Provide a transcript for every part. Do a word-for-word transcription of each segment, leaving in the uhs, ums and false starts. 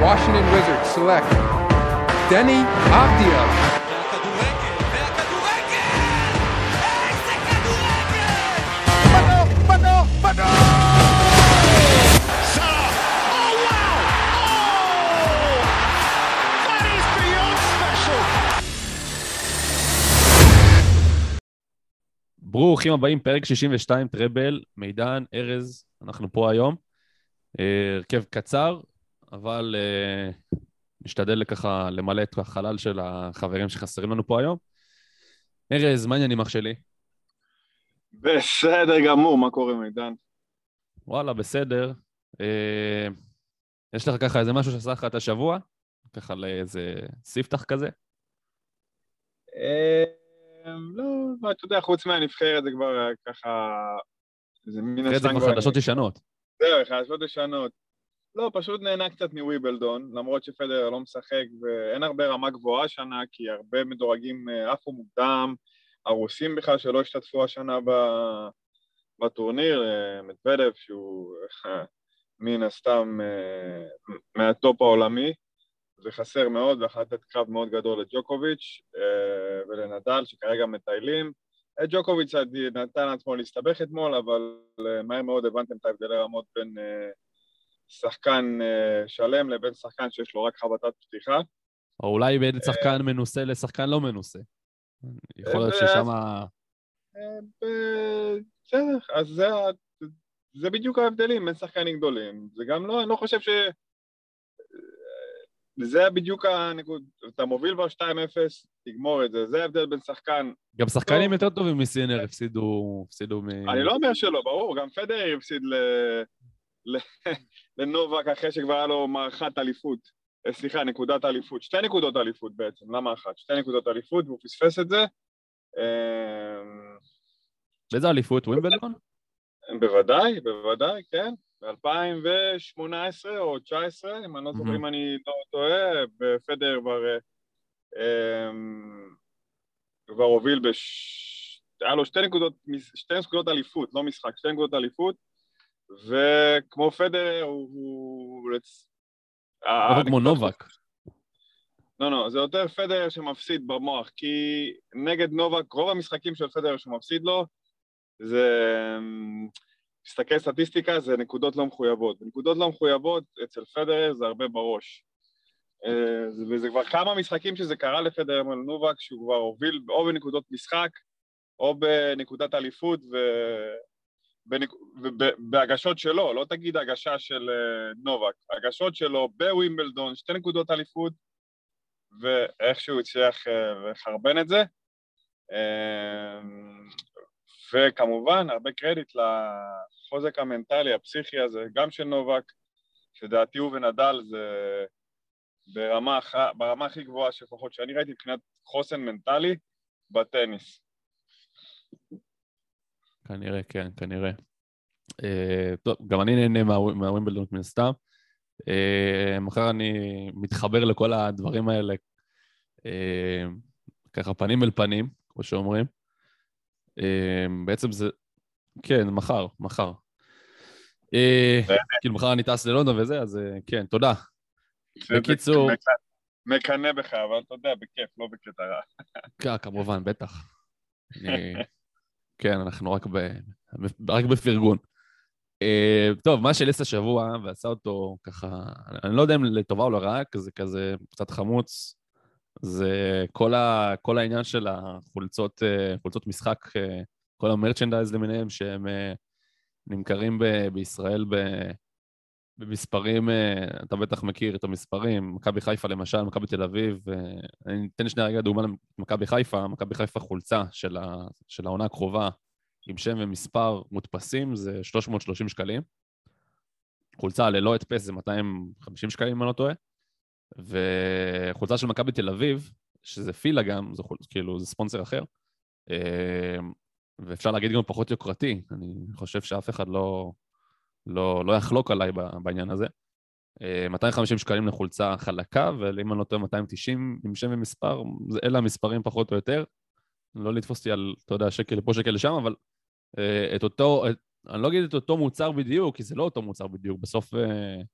Washington Wizards select Deni Avdija. והכדורגל, והכדורגל! איזה כדורגל! בנו, בנו, בנו! Salah! Oh wow! Oh! That is beyond special! ברוכים הבאים, פרק שישים ושתיים, טראבל, מידן, ארז, אנחנו פה היום. הרכב קצר, אבל uh, נשתדל ככה למלא את החלל של החברים שחסרים לנו פה היום. ארז, מה העניינים אח שלי? בסדר גמור, מה קורה מידן? וואלה, בסדר. Uh, יש לך ככה איזה משהו שעשה לך את השבוע? ככה לאיזה ספתח כזה? לא, אתה יודע, חוץ מהנבחרת זה כבר ככה... זה אחרי זה כבר חדשות ישנות. זהו, חדשות ישנות. לא, פשוט נהנה קצת מוויבלדון, למרות שפדר לא משחק, ואין הרבה רמה גבוהה השנה, כי הרבה מדורגים עפו מוקדם, הרוסים בכלל שלא השתתפו השנה בטורניר, מדוודב שהוא מן הסתם מהטופ העולמי, זה חסר מאוד, ואחר לתת קרב מאוד גדול לג'וקוביץ' ולנדל, שכרגע מטיילים. ג'וקוביץ' נתן עצמו להסתבך אתמול, אבל מהר מאוד הבנתם את ההבדלי רמות בין שחקן שלם לבין שחקן שיש לו רק חבטת פתיחה. או אולי בין שחקן מנוסה לשחקן לא מנוסה. יכול להיות ששם... בסדר, אז זה, זה בדיוק ההבדלים בין שחקנים גדולים. זה גם לא, אני לא חושב ש... זה בדיוק הנקוד, אתה מוביל כבר שתיים אפס, תגמור את זה, זה ההבדל בין שחקן... גם שחקנים יותר טובים מסינר הפסידו, הפסידו מ... אני לא אומר שלא, ברור, גם פדר הפסיד לנובק אחרי שכבר היה לו מערכת אליפות, סליחה, נקודת אליפות, שתי נקודות אליפות בעצם, למה אחת? שתי נקודות אליפות, והוא פספס את זה. באיזה אליפות? ווימבלדון? בוודאי, בוודאי, כן. ב-אלפיים שמונה עשרה או תשע עשרה, אם אני לא זוכר אם אני לא טועה, בפדר כבר, כבר הוביל בש... היה לו שתי נקודות, שתי נקודות אליפות, לא משחק, שתי נקודות אליפות, וכמו פדר הוא... לא כמו נובק. לא, לא, זה יותר פדר שמפסיד במוח, כי נגד נובק, רוב המשחקים של פדר שמפסיד לו, זה... תסתכל סטטיסטיקה, זה נקודות לא מחויבות. נקודות לא מחויבות אצל פדרר זה הרבה בראש. וזה כבר כמה משחקים שזה קרה לפדרר מול נובק, שהוא כבר הוביל או בנקודות משחק, או בנקודת אליפות, ובהגשות שלו, לא תגיד הגשה של נובק, הגשות שלו בווימבלדון, שתי נקודות אליפות, ואיכשהו הצליח לחרבן את זה. וכמובן, הרבה קרדיט לחוזק המנטלי, הפסיכי הזה, גם של נובק, שדעתי הוא ונדל זה ברמה, ברמה הכי גבוהה שפחות שאני ראיתי מבחינת חוסן מנטלי בטניס. כנראה, כן, כנראה. אה, טוב, גם אני נהנה מהווימבלדון מן הסתם. אה, מחר אני מתחבר לכל הדברים האלה, אה, ככה פנים אל פנים, כמו שאומרים. בעצם זה, כן, מחר, מחר. כאילו מחר אני טס ללונדון וזה, אז כן, תודה. בקיצור... מקנה בך, אבל אתה יודע, בכיף, לא בקטע רע. כן, כמובן, בטח. כן, אנחנו רק בפרגון. טוב, מה שליס השבוע, ועשה אותו ככה, אני לא יודע אם לטובה או לרעה, זה כזה קצת חמוץ, זה כל, ה, כל העניין של החולצות, חולצות משחק, כל המרצ'נדייז למיניהם שהם נמכרים ב, בישראל ב, במספרים, אתה בטח מכיר את המספרים, מכבי חיפה למשל, מכבי תל אביב, אני אתן שנייה רגע דוגמה למכבי חיפה, מכבי חיפה חולצה של, ה, של העונה הקרובה, עם שם ומספר מודפסים, זה שלוש מאות ושלושים שקלים, חולצה ללא הדפס זה מאתיים וחמישים שקלים, אם אני לא טועה, וחולצה של מכבי תל אביב, שזה פילה גם, זה, כאילו, זה ספונסר אחר, ואפשר להגיד גם פחות יוקרתי, אני חושב שאף אחד לא, לא, לא יחלוק עליי בעניין הזה. מאתיים וחמישים שקלים לחולצה חלקה, ואם אני לא טועה מאתיים ותשעים עם שם ומספר, אלה המספרים פחות או יותר, לא לתפוס אותי על, אתה יודע, שקל לפה, שקל לשם, אבל את אותו, את, אני לא אגיד את אותו מוצר בדיוק, כי זה לא אותו מוצר בדיוק, בסוף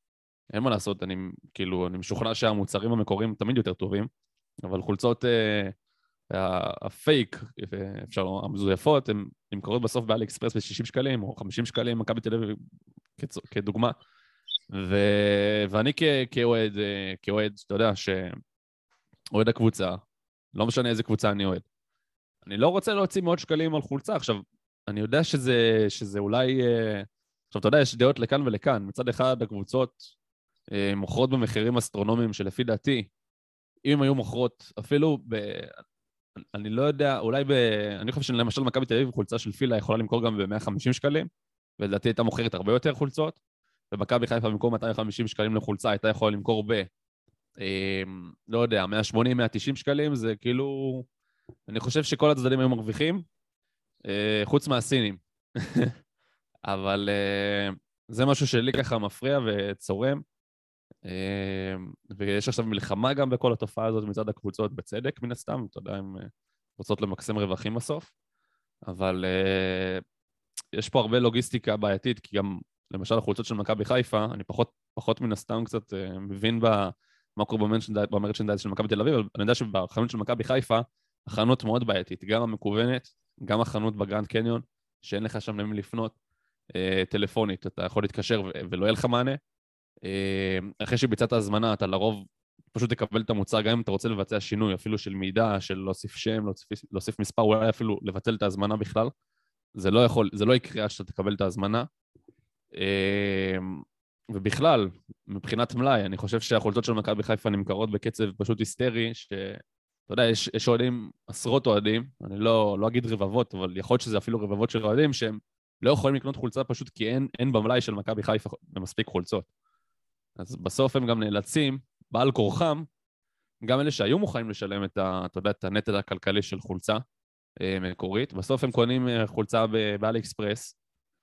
אין מה לעשות, אני כאילו, אני משוכנע שהמוצרים המקוריים תמיד יותר טובים, אבל חולצות אה, הפייק, אפשר לומר, המזויפות, הן נמכרות בסוף באלי אקספרס ב-שישים שקלים, או חמישים שקלים, מכבי תל אביב כדוגמה. ו... ואני כ... כאוהד, כאוהד, אתה יודע, שאוהד הקבוצה, לא משנה איזה קבוצה אני אוהד. אני לא רוצה להוציא מאות שקלים על חולצה. עכשיו, אני יודע שזה, שזה אולי... עכשיו, אתה יודע, יש דעות לכאן ולכאן. מצד אחד, הקבוצות מוכרות במחירים אסטרונומיים, שלפי דעתי, אם הם היו מוכרות, אפילו ב... אני לא יודע, אולי ב... אני חושב שלמשל מכבי תל אביב, חולצה של פילה יכולה למכור גם ב-מאה וחמישים שקלים, ולדעתי הייתה מוכרת הרבה יותר חולצות, ומכבי חיפה במקום מאתיים וחמישים שקלים לחולצה, הייתה יכולה למכור ב... אה, לא יודע, מאה ושמונים מאה ותשעים שקלים, זה כאילו... אני חושב שכל הצדדים היו מרוויחים, אה, חוץ מהסינים. אבל אה, זה משהו שלי ככה מפריע וצורם, אה, ויש עכשיו מלחמה גם בכל התופעה הזאת מצד הקבוצות, בצדק מן הסתם, אתה יודע, הן רוצות למקסם רווחים בסוף, אבל אה, יש פה הרבה לוגיסטיקה בעייתית, כי גם למשל החולצות של מכבי חיפה, אני פחות, פחות מן הסתם קצת אה, מבין במה קורה במרצ'נדייז של מכבי תל אביב, אבל אני יודע שבחנות של מכבי חיפה, החנות מאוד בעייתית, גם המקוונת, גם החנות בגרנד קניון, שאין לך שם למי לפנות, אה, טלפונית, אתה יכול להתקשר ו- ולא יהיה לך מענה, אה, אחרי שביצעת הזמנה, אתה לרוב פשוט תקבל את המוצר, גם אם אתה רוצה לבצע שינוי, אפילו של מידע, של להוסיף שם, להוסיף, להוסיף מספר, אולי אפילו לבטל את ההזמנה בכלל, זה לא יכול, זה לא יקרה שאתה תקבל את ההזמנה, ובכלל, מבחינת מלאי, אני חושב שהחולצות של מכבי בחיפה נמכרות בקצב פשוט היסטרי, שאתה יודע, יש, יש אוהדים, עשרות אוהדים, אני לא, לא אגיד רבבות, אבל יכול להיות שזה אפילו רבבות של אוהדים, שהם לא יכולים לקנות חולצה פשוט כי אין, אין במלאי של מכבי בחיפה מספיק חולצות. אז בסוף הם גם נאלצים, בעל כורחם, גם אלה שהיו מוכנים לשלם את, ה, אתה יודע, את הנטל הכלכלי של חולצה אה, מקורית, בסוף הם קונים חולצה באלי אקספרס,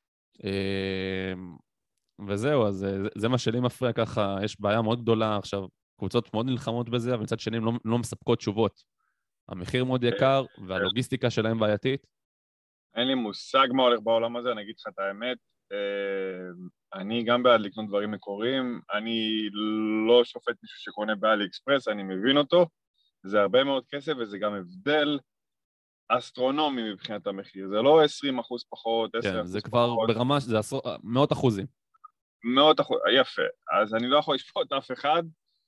וזהו, אז זה, זה מה שלי מפריע ככה, יש בעיה מאוד גדולה, עכשיו קבוצות מאוד נלחמות בזה, אבל מצד שני הם לא, לא מספקות תשובות. המחיר מאוד יקר, והלוגיסטיקה שלהם בעייתית. אין לי מושג מה הולך בעולם הזה, אני אגיד לך את האמת, אני גם בעד לקנות דברים מקוריים, אני לא שופט מישהו שקונה באלי אקספרס, אני מבין אותו, זה הרבה מאוד כסף וזה גם הבדל אסטרונומי מבחינת המחיר, זה לא עשרים אחוז פחות, עשרה אחוז פחות. כן, זה כבר ברמה, זה עשרות, מאות אחוזים. מאות אחוז, יפה. אז אני לא יכול לשפוט אף אחד,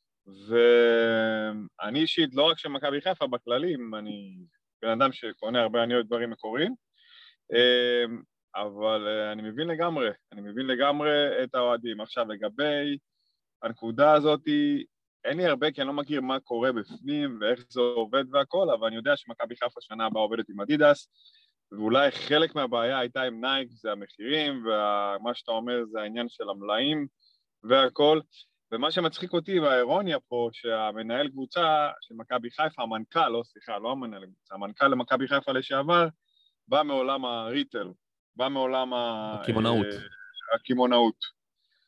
ואני אישית, לא רק שמכבי חיפה בכללים, אני בן אדם שקונה הרבה אני אוהב דברים מקוריים, אבל אני מבין לגמרי, אני מבין לגמרי את האוהדים. עכשיו, לגבי הנקודה הזאת, אין לי הרבה, כי אני לא מכיר מה קורה בפנים ואיך זה עובד והכל, אבל אני יודע שמכבי חיפה שנה הבאה עובדת עם אדידס, ואולי חלק מהבעיה הייתה עם נייק, זה המחירים, ומה שאתה אומר זה העניין של המלאים והכל, ומה שמצחיק אותי והאירוניה פה, שהמנהל קבוצה של מכבי חיפה, המנכ"ל, לא סליחה, לא המנהל קבוצה, המנכ"ל למכבי חיפה לשעבר, בא מעולם הריטל, בא מעולם הכימונאות. הכימונאות.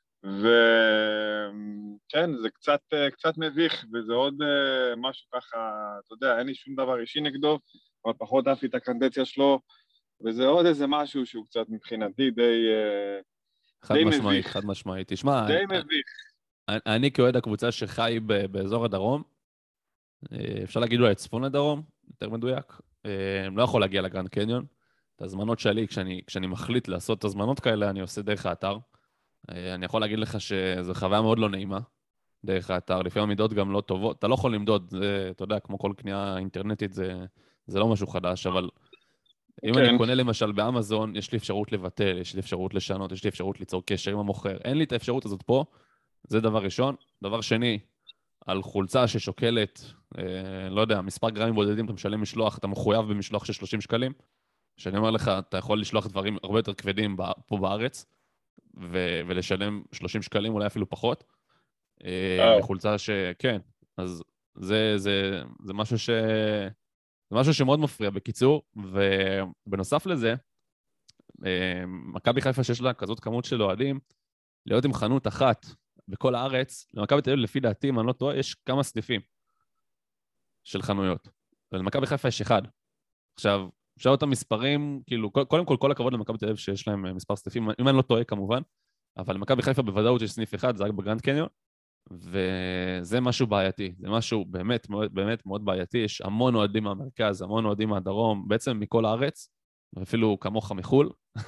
וכן, זה קצת, קצת מביך, וזה עוד משהו ככה, אתה יודע, אין לי שום דבר אישי נגדו, אבל פחות אהבתי את הקרנדציה שלו, וזה עוד איזה משהו שהוא קצת מבחינתי די, חד די משמעית, מביך. חד משמעית. תשמע, די אני, מביך. אני, אני כאוהד הקבוצה שחי ב, באזור הדרום, אפשר להגיד לו את צפון הדרום, יותר מדויק, לא יכול להגיע לגרנד קניון. את הזמנות שלי, כשאני, כשאני מחליט לעשות את הזמנות כאלה, אני עושה דרך האתר. אני יכול להגיד לך שזו חוויה מאוד לא נעימה, דרך האתר. לפעמים המידות גם לא טובות. אתה לא יכול למדוד, זה, אתה יודע, כמו כל קנייה אינטרנטית, זה, זה לא משהו חדש, אבל אם אני קונה למשל באמזון, יש לי אפשרות לבטל, יש לי אפשרות לשנות, יש לי אפשרות ליצור קשר עם המוכר. אין לי את האפשרות הזאת פה, זה דבר ראשון. דבר שני, על חולצה ששוקלת, אה, לא יודע, מספר גרמים בודדים, אתה משלם משלוח, אתה מחויב במשלוח של שלושים שקלים, שאני אומר לך, אתה יכול לשלוח דברים הרבה יותר כבדים פה בארץ, ו- ולשלם שלושים שקלים, אולי אפילו פחות. אה, חולצה שכן, אז זה, זה, זה משהו ש... זה משהו שמאוד מפריע בקיצור, ובנוסף לזה, מכבי חיפה שיש לה כזאת כמות של אוהדים, להיות עם חנות אחת בכל הארץ, למכבי תל אביב לפי דעתי, אם אני לא טועה, יש כמה סניפים של חנויות, ולמכבי חיפה יש אחד. עכשיו, אפשר את המספרים, כאילו, קודם כל, כל הכבוד למכבי תל אביב שיש להם מספר סניפים, אם אני לא טועה כמובן, אבל למכבי חיפה בוודאות יש סניף אחד, זה רק בגרנד קניון, וזה משהו בעייתי, זה משהו באמת, באמת מאוד בעייתי, יש המון אוהדים מהמרכז, המון אוהדים מהדרום, בעצם מכל הארץ, ואפילו כמוך מחול.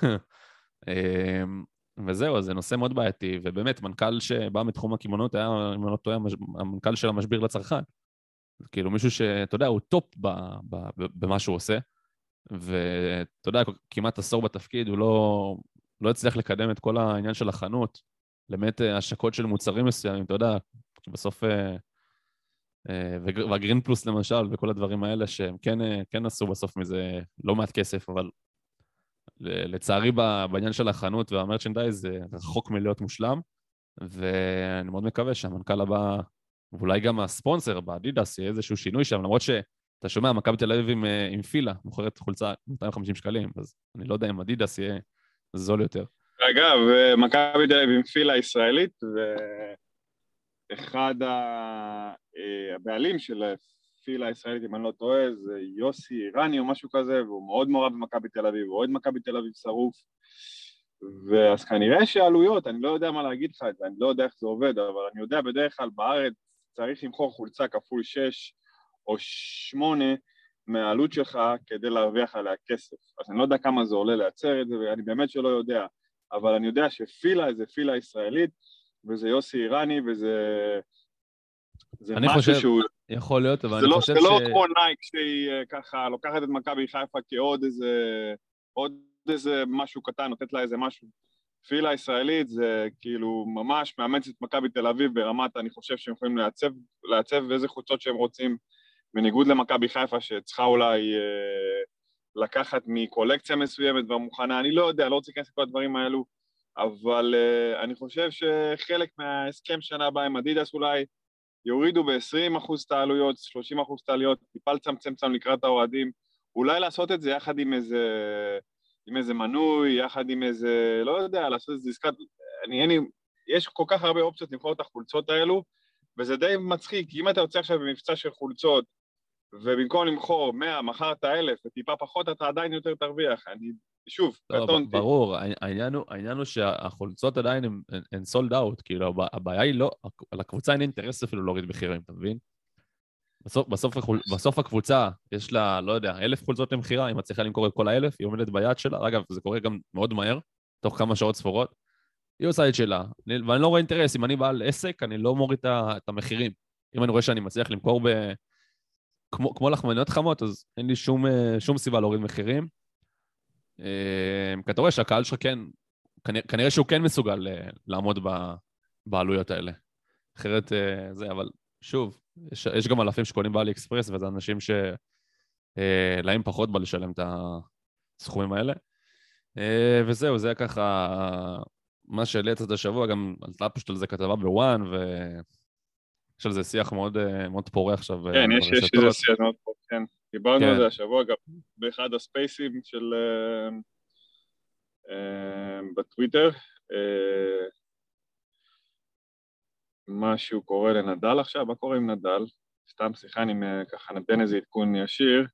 וזהו, זה נושא מאוד בעייתי, ובאמת, מנכ"ל שבא מתחום הכימונות היה, אם אני לא טועה, המנכ"ל של המשביר לצרכן. כאילו מישהו שאתה יודע, הוא טופ במה שהוא עושה, ואתה יודע, כמעט עשור בתפקיד, הוא לא, לא הצליח לקדם את כל העניין של החנות, למעט השקות של מוצרים מסוימים, אתה יודע, בסוף, והגרין פלוס למשל, וכל הדברים האלה שהם כן, כן עשו בסוף מזה לא מעט כסף, אבל לצערי בעניין של החנות והמרצ'נדייז זה רחוק מלהיות מושלם, ואני מאוד מקווה שהמנכ"ל הבא, ואולי גם הספונסר באדידס, יהיה איזשהו שינוי שם, למרות שאתה שומע, מכבי תל אביב עם, עם פילה, מוכרת חולצה מאתיים וחמישים שקלים, אז אני לא יודע אם אדידס יהיה זול יותר. אגב, מכבי תל אביב עם פילה ישראלית, ואחד הבעלים של פילה הישראלית, אם אני לא טועה, זה יוסי איראני או משהו כזה, והוא מאוד מעורב במכבי תל אביב, הוא אוהד מכבי תל אביב שרוף, ואז כנראה שעלויות, אני לא יודע מה להגיד לך את זה, אני לא יודע איך זה עובד, אבל אני יודע בדרך כלל בארץ צריך למכור חולצה כפול שש או שמונה מהעלות שלך כדי להרוויח עליה כסף. אז אני לא יודע כמה זה עולה לייצר את זה, ואני באמת שלא יודע, אבל אני יודע שפילה זה פילה ישראלית, וזה יוסי איראני, וזה זה אני משהו חושב, שהוא... יכול להיות, אבל זה אני לא, חושב זה ש... לא כמו נייק שהיא ככה לוקחת את מכבי חיפה כעוד איזה, עוד איזה משהו קטן, נותנת לה איזה משהו. פילה ישראלית זה כאילו ממש מאמץ את מכבי תל אביב ברמת, אני חושב שהם יכולים לעצב, לעצב איזה חוצות שהם רוצים, בניגוד למכבי חיפה שצריכה אולי אה, לקחת מקולקציה מסוימת ומוכנה, אני לא יודע, לא רוצה להיכנס לכל הדברים האלו, אבל אה, אני חושב שחלק מההסכם שנה הבאה עם אדידס אולי יורידו ב-עשרים אחוז תעלויות, שלושים אחוז תעלויות, טיפה לצמצם צם לקראת האוהדים, אולי לעשות את זה יחד עם איזה, עם איזה מנוי, יחד עם איזה, לא יודע, לעשות איזה עסקת, אני, אני, יש כל כך הרבה אופציות למכור את החולצות האלו, וזה די מצחיק, כי אם אתה יוצא עכשיו במבצע של חולצות, ובמקום למכור מאה, מחרת אלף, וטיפה פחות, אתה עדיין יותר תרוויח, אני, שוב, קטונתי. ברור, העניין הוא, העניין הוא שהחולצות עדיין הן סולד אאוט, כאילו, הבעיה היא לא, לקבוצה אין אינטרס אפילו להוריד מחירים, אתה מבין? בסוף, בסוף, בסוף הקבוצה, יש לה, לא יודע, אלף חולצות למחירה, היא מצליחה למכור את כל האלף, היא עומדת ביד שלה, אגב, זה קורה גם מאוד מהר, תוך כמה שעות ספורות, היא עושה את שלה, ואני לא רואה אינטרס, אם אני בעל עסק, אני לא מוריד את המחירים. אם אני רואה שאני מצליח למכור ב... כמו, כמו לחמניות חמות, אז אין לי שום, שום סיבה להוריד מחירים. כי אתה רואה שהקהל שלך כן, כנראה, כנראה שהוא כן מסוגל לעמוד בעלויות האלה. אחרת זה, אבל שוב, יש, יש גם אלפים שקונים באלי אקספרס, וזה אנשים שלהם פחות בא לשלם את הסכומים האלה. וזהו, זה ככה מה שהעליתי את השבוע, גם עלתה פשוט על זה כתבה בוואן, ויש על זה שיח מאוד, מאוד פורה עכשיו. כן, יש, יש איזה שיח מאוד פורה, כן. דיברנו כן. על זה השבוע גם באחד הספייסים של... בטוויטר, משהו קורה לנדל עכשיו, מה קורה עם נדל? סתם שיחה, אני ככה נתן איזה עדכון ישיר.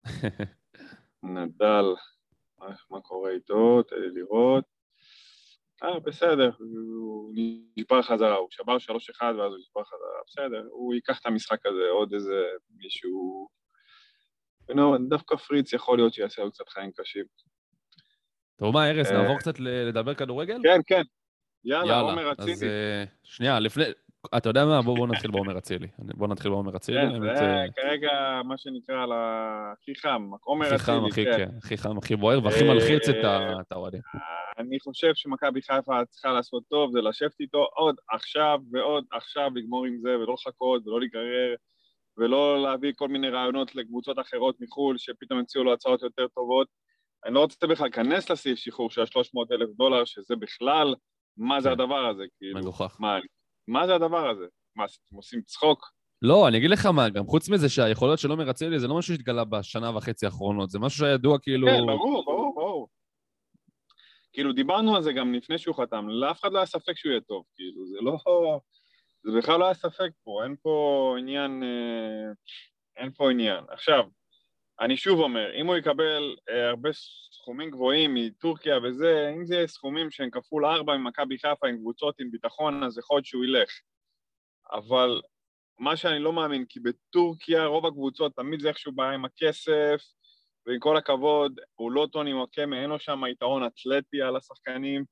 נדל, מה קורה איתו? תן לי לראות. אה, בסדר, הוא נשבר חזרה, הוא שבר שלוש אחד ואז הוא נשבר חזרה, בסדר, הוא ייקח את המשחק הזה, עוד איזה מישהו... דווקא פריץ יכול להיות שיעשה לו קצת חיים קשים. טוב, מה, ארז, נעבור קצת לדבר כדורגל? כן, כן. יאללה, עומר אצילי. אז שנייה, לפני... אתה יודע מה? בואו נתחיל בעומר אצילי. בואו נתחיל בעומר אצילי. כן, זה כרגע מה שנקרא הכי חם, עומר אצילי. הכי חם, הכי חם, הכי בוער, והכי מלחיץ את האוהדים. אני חושב שמכבי חיפה צריכה לעשות טוב, זה לשבת איתו עוד עכשיו ועוד עכשיו לגמור עם זה, ולא לחכות ולא להיגרר, ולא להביא כל מיני רעיונות לקבוצות אחרות מחול, שפתאום יציעו לו הצעות יותר טובות. אני לא רוצה בכלל להיכנס לסעיף שחרור של שלוש מאות אלף דולר, שזה בכלל, מה זה הדבר הזה? מגוחך. מה זה הדבר הזה? מה, אתם עושים צחוק? לא, אני אגיד לך מה, גם חוץ מזה שהיכולות שלא מרצה לי, זה לא משהו שהתגלה בשנה וחצי האחרונות, זה משהו שידוע כאילו... כן, ברור, ברור, ברור. כאילו, דיברנו על זה גם לפני שהוא חתם, לאף אחד לא היה ספק שהוא יהיה טוב, כאילו, זה לא... זה בכלל לא היה ספק פה, אין פה עניין... אין פה עניין. עכשיו, אני שוב אומר, אם הוא יקבל אה, הרבה סכומים גבוהים מטורקיה וזה, אם זה סכומים שהם כפול ארבע ממכבי חיפה עם קבוצות עם ביטחון, אז יכול להיות שהוא ילך. אבל מה שאני לא מאמין, כי בטורקיה רוב הקבוצות תמיד זה איכשהו בעיה עם הכסף, ועם כל הכבוד, הוא לא טוני וואקמה, אין לו שם יתרון אתלטי על השחקנים.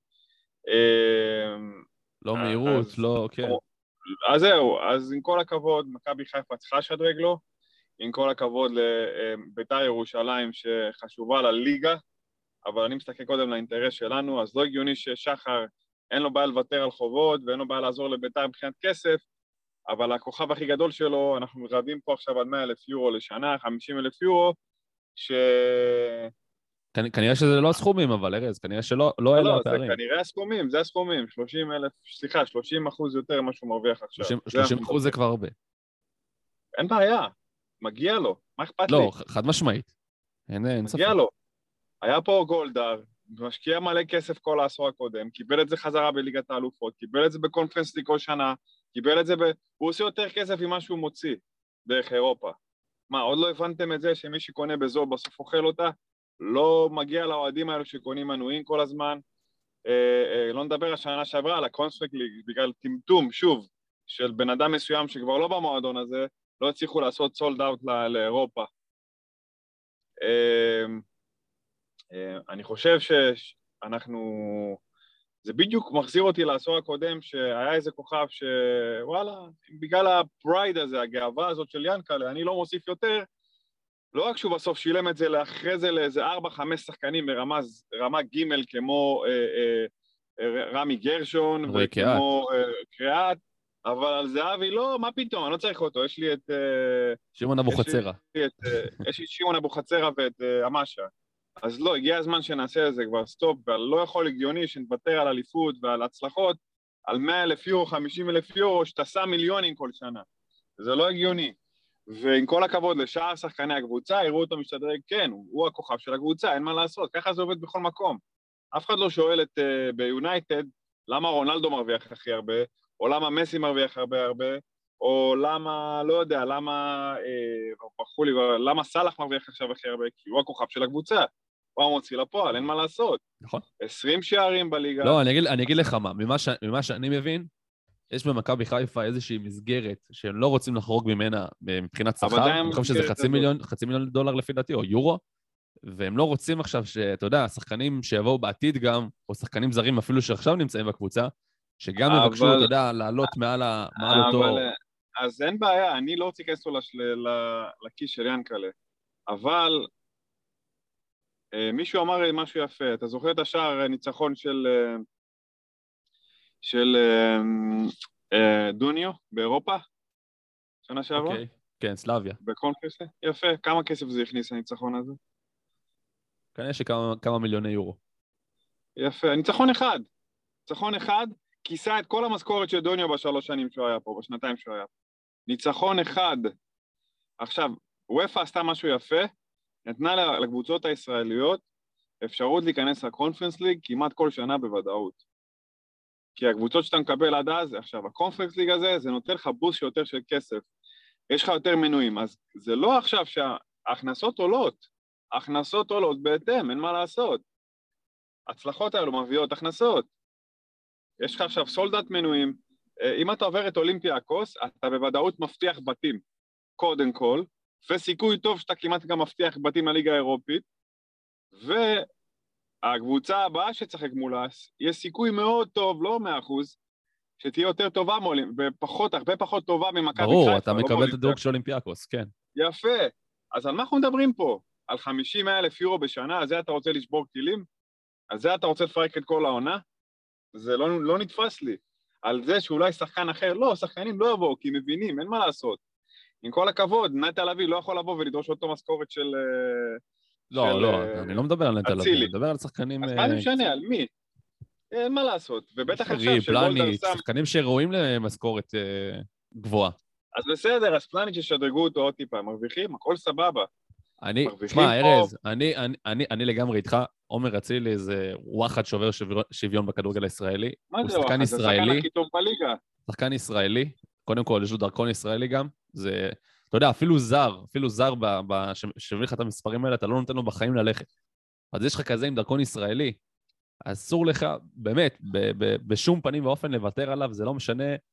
לא מהירות, אז, לא, כן. אז זהו, אז עם כל הכבוד, מכבי חיפה צריכה לשדרג לו, עם כל הכבוד לבית"ר ירושלים שחשובה לליגה, אבל אני מסתכל קודם לאינטרס שלנו, אז לא הגיוני ששחר אין לו בעיה לוותר על חובות, ואין לו בעיה לעזור לבית"ר מבחינת כסף, אבל הכוכב הכי גדול שלו, אנחנו רבים פה עכשיו על מאה אלף יורו לשנה, חמישים אלף יורו, ש... כנראה שזה לא הסכומים, אבל ארז, כנראה שלא לא אלה הפערים. לא, זה כנראה הסכומים, זה הסכומים, שלושים אלף, סליחה, שלושים אחוז יותר ממה שהוא מרוויח עכשיו. שלושים אחוז זה כבר הרבה. אין בעיה, מגיע לו, מה אכפת לי? לא, חד משמעית. אין ספק. מגיע לו. היה פה גולדהר, משקיע מלא כסף כל העשור הקודם, קיבל את זה חזרה בליגת האלופות, קיבל את זה בקונפרנס ליג כל שנה, קיבל את זה ב... הוא עושה יותר כסף ממה שהוא מוציא דרך אירופה. מה, עוד לא הבנתם את זה שמי שקונה בזול בסוף אוכל אותה? לא מגיע לאוהדים האלו שקונים מנויים כל הזמן. אה, אה, לא נדבר השנה שעברה על הקונפרנס ליג, בגלל טמטום, שוב, של בן אדם מסוים שכבר לא במועדון הזה, לא הצליחו לעשות סולד אאוט לאירופה. אה, אה, אני חושב שאנחנו... זה בדיוק מחזיר אותי לעשור הקודם, שהיה איזה כוכב שוואלה, בגלל הפרייד הזה, הגאווה הזאת של ינקלה, אני לא מוסיף יותר, לא רק שהוא בסוף שילם את זה לאחרי זה לאיזה ארבע, חמש שחקנים ברמה, רמה ג' כמו אה, אה, רמי גרשון, וכמו אה, קריאת, אבל על זהבי לא, מה פתאום, אני לא צריך אותו, יש לי את... אה, שמעון אבוחצירא. יש, אה, יש לי את שמעון אבוחצירא ואת אה, אמשה. אז לא, הגיע הזמן שנעשה את זה כבר סטופ, ולא יכול הגיוני שנוותר על אליפות ועל הצלחות, על מאה אלף יורו, חמישים אלף יורו, שתעשה מיליונים כל שנה. זה לא הגיוני. ועם כל הכבוד לשאר שחקני הקבוצה, יראו אותו משתדרג, כן, הוא, הוא הכוכב של הקבוצה, אין מה לעשות, ככה זה עובד בכל מקום. אף אחד לא שואל את uh, ביונייטד, למה רונלדו מרוויח הכי הרבה, או למה מסי מרוויח הרבה הרבה, או למה, לא יודע, למה, אה, ברחו לי, למה סלח מרוויח עכשיו הכי הרבה, כי הוא הכוכב של הקבוצה. הוא המוציא לפועל, אין מה לעשות. נכון. עשרים שערים בליגה. לא, אני אגיד, אני אגיד לך מה, ממה, ש, ממה שאני מבין, יש במכבי חיפה איזושהי מסגרת שהם לא רוצים לחרוג ממנה מבחינת שכר, אני חושב שזה חצי מיליון, חצי מיליון דולר לפי דעתי, או יורו, והם לא רוצים עכשיו שאתה יודע, שחקנים שיבואו בעתיד גם, או שחקנים זרים אפילו שעכשיו נמצאים בקבוצה, שגם אבל... יבקשו, אתה יודע, לעלות מעל, ה... מעל אבל... אותו... אז אין בעיה, אני לא רוצה להיכנס לו לכיס של ינקלה, אבל מישהו אמר משהו יפה, אתה זוכר את השער ניצחון של של דוניו באירופה? שנה שעברה? אוקיי, כן, סלאביה. בקונפרנס? יפה, כמה כסף זה הכניס הניצחון הזה? כנראה שכמה מיליוני יורו. יפה, ניצחון אחד. ניצחון אחד, כיסה את כל המשכורת של דוניו בשלוש שנים שהוא היה פה, בשנתיים שהוא היה פה. ניצחון אחד. עכשיו, וופא עשתה משהו יפה, נתנה לקבוצות הישראליות אפשרות להיכנס לקונפרנס ליג כמעט כל שנה בוודאות. כי הקבוצות שאתה מקבל עד אז, עכשיו, הקונפרנס ליג הזה, זה נותן לך בוס יותר של כסף. יש לך יותר מנויים, אז זה לא עכשיו שההכנסות עולות. ההכנסות עולות בהתאם, אין מה לעשות. הצלחות האלו מביאות הכנסות. יש לך עכשיו סולדת מנויים, אם אתה עובר את אולימפיאקוס, אתה בוודאות מבטיח בתים, קודם כל, וסיכוי טוב שאתה כמעט גם מבטיח בתים לליגה האירופית, והקבוצה הבאה שצחק מולה, יש סיכוי מאוד טוב, לא מאה אחוז, שתהיה יותר טובה מולים, ופחות, הרבה פחות טובה ממכבי חיפה. ברור, אתה מקבל את הדירוג של אולימפיאקוס, כן. יפה, אז על מה אנחנו מדברים פה? על חמישים אלף יורו בשנה, על זה אתה רוצה לשבור כלים? על זה אתה רוצה לפרק את כל העונה? זה לא, לא נתפס לי. על זה שאולי שחקן אחר, לא, שחקנים לא יבואו, כי מבינים, אין מה לעשות. עם כל הכבוד, נטע לביא לא יכול לבוא ולדרוש אותו משכורת של... לא, של, לא, אני לא מדבר על נטע לביא, אני מדבר על שחקנים... אז מה זה משנה, על מי? אין מה לעשות, ובטח עכשיו פלני, שחקנים שרואים למשכורת גבוהה. אז בסדר, אז פלני ששדרגו אותו עוד טיפה, מרוויחים, הכל סבבה. אני, תשמע, ארז, אני, אני, אני, אני לגמרי איתך, עומר אצילי זה וואחד שובר שוויון בכדורגל הישראלי. מה זה וואחד? זה שחקן הכי טוב בליגה. שחקן ישראלי, קודם כל יש לו דרכון ישראלי גם, זה, אתה יודע, אפילו זר, אפילו זר שביא לך את המספרים האלה, אתה לא נותן לו בחיים ללכת. אז יש לך כזה עם דרכון ישראלי, אסור לך, באמת, ב- ב- בשום פנים ואופן לוותר עליו, זה לא משנה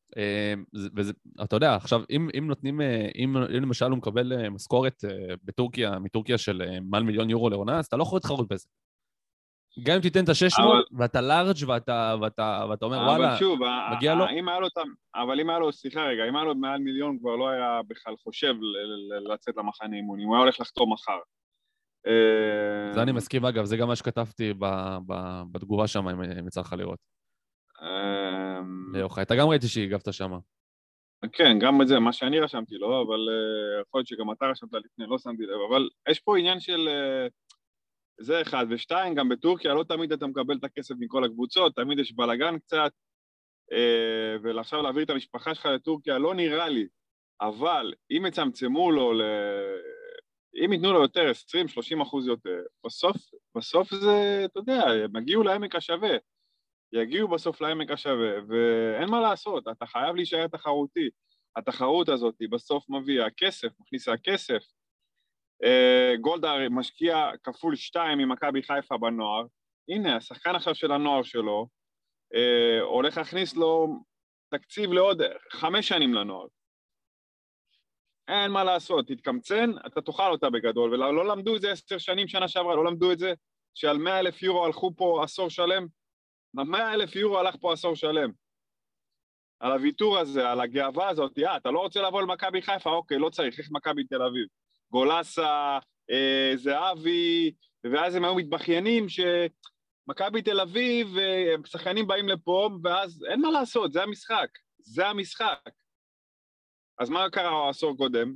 ואתה יודע, עכשיו, אם נותנים, אם למשל הוא מקבל משכורת בטורקיה, מטורקיה של מעל מיליון יורו לעונה, אז אתה לא יכול להתחרות בזה. גם אם תיתן את ה-שש מאות, ואתה לארג' ואתה אומר, וואלה, מגיע לו. אבל אם היה לו, סליחה רגע, אם היה לו מעל מיליון, כבר לא היה בכלל חושב לצאת למחנה אימונים, הוא היה הולך לחתום מחר. זה אני מסכים, אגב, זה גם מה שכתבתי בתגובה שם, אם יצא לך לראות. ליוחאי, אתה גם ראיתי שהגבת שם. כן, גם את זה, מה שאני רשמתי לו, אבל יכול להיות שגם אתה רשמת לפני, לא שמתי לב, אבל יש פה עניין של... זה אחד, ושתיים, גם בטורקיה לא תמיד אתה מקבל את הכסף מכל הקבוצות, תמיד יש בלגן קצת, ולעכשיו להעביר את המשפחה שלך לטורקיה לא נראה לי, אבל אם יצמצמו לו, אם ייתנו לו יותר, עשרים שלושים אחוז יותר, בסוף, בסוף זה, אתה יודע, מגיעו לעמק השווה, יגיעו בסוף לעמק השווה, ואין מה לעשות, אתה חייב להישאר תחרותי, התחרות הזאת בסוף מביאה כסף, מכניסה כסף, גולדהר משקיע כפול שתיים ממכבי חיפה בנוער, הנה, השחקן עכשיו של הנוער שלו, הולך להכניס לו תקציב לעוד חמש שנים לנוער. אין מה לעשות, תתקמצן, אתה תאכל אותה בגדול, ולא למדו את זה עשר שנים שנה שעברה, לא למדו את זה, שעל מאה אלף יורו הלכו פה עשור שלם, מאה אלף יורו הלך פה עשור שלם. על הוויתור הזה, על הגאווה הזאת, יא, אתה לא רוצה לבוא למכבי חיפה, אוקיי, לא צריך, איך מכבי תל אביב. גולסה, אה, זהבי, ואז הם היו מתבחיינים שמכבי תל אביב, אה, שחקנים באים לפה, ואז אין מה לעשות, זה המשחק, זה המשחק. אז מה קרה עשור קודם?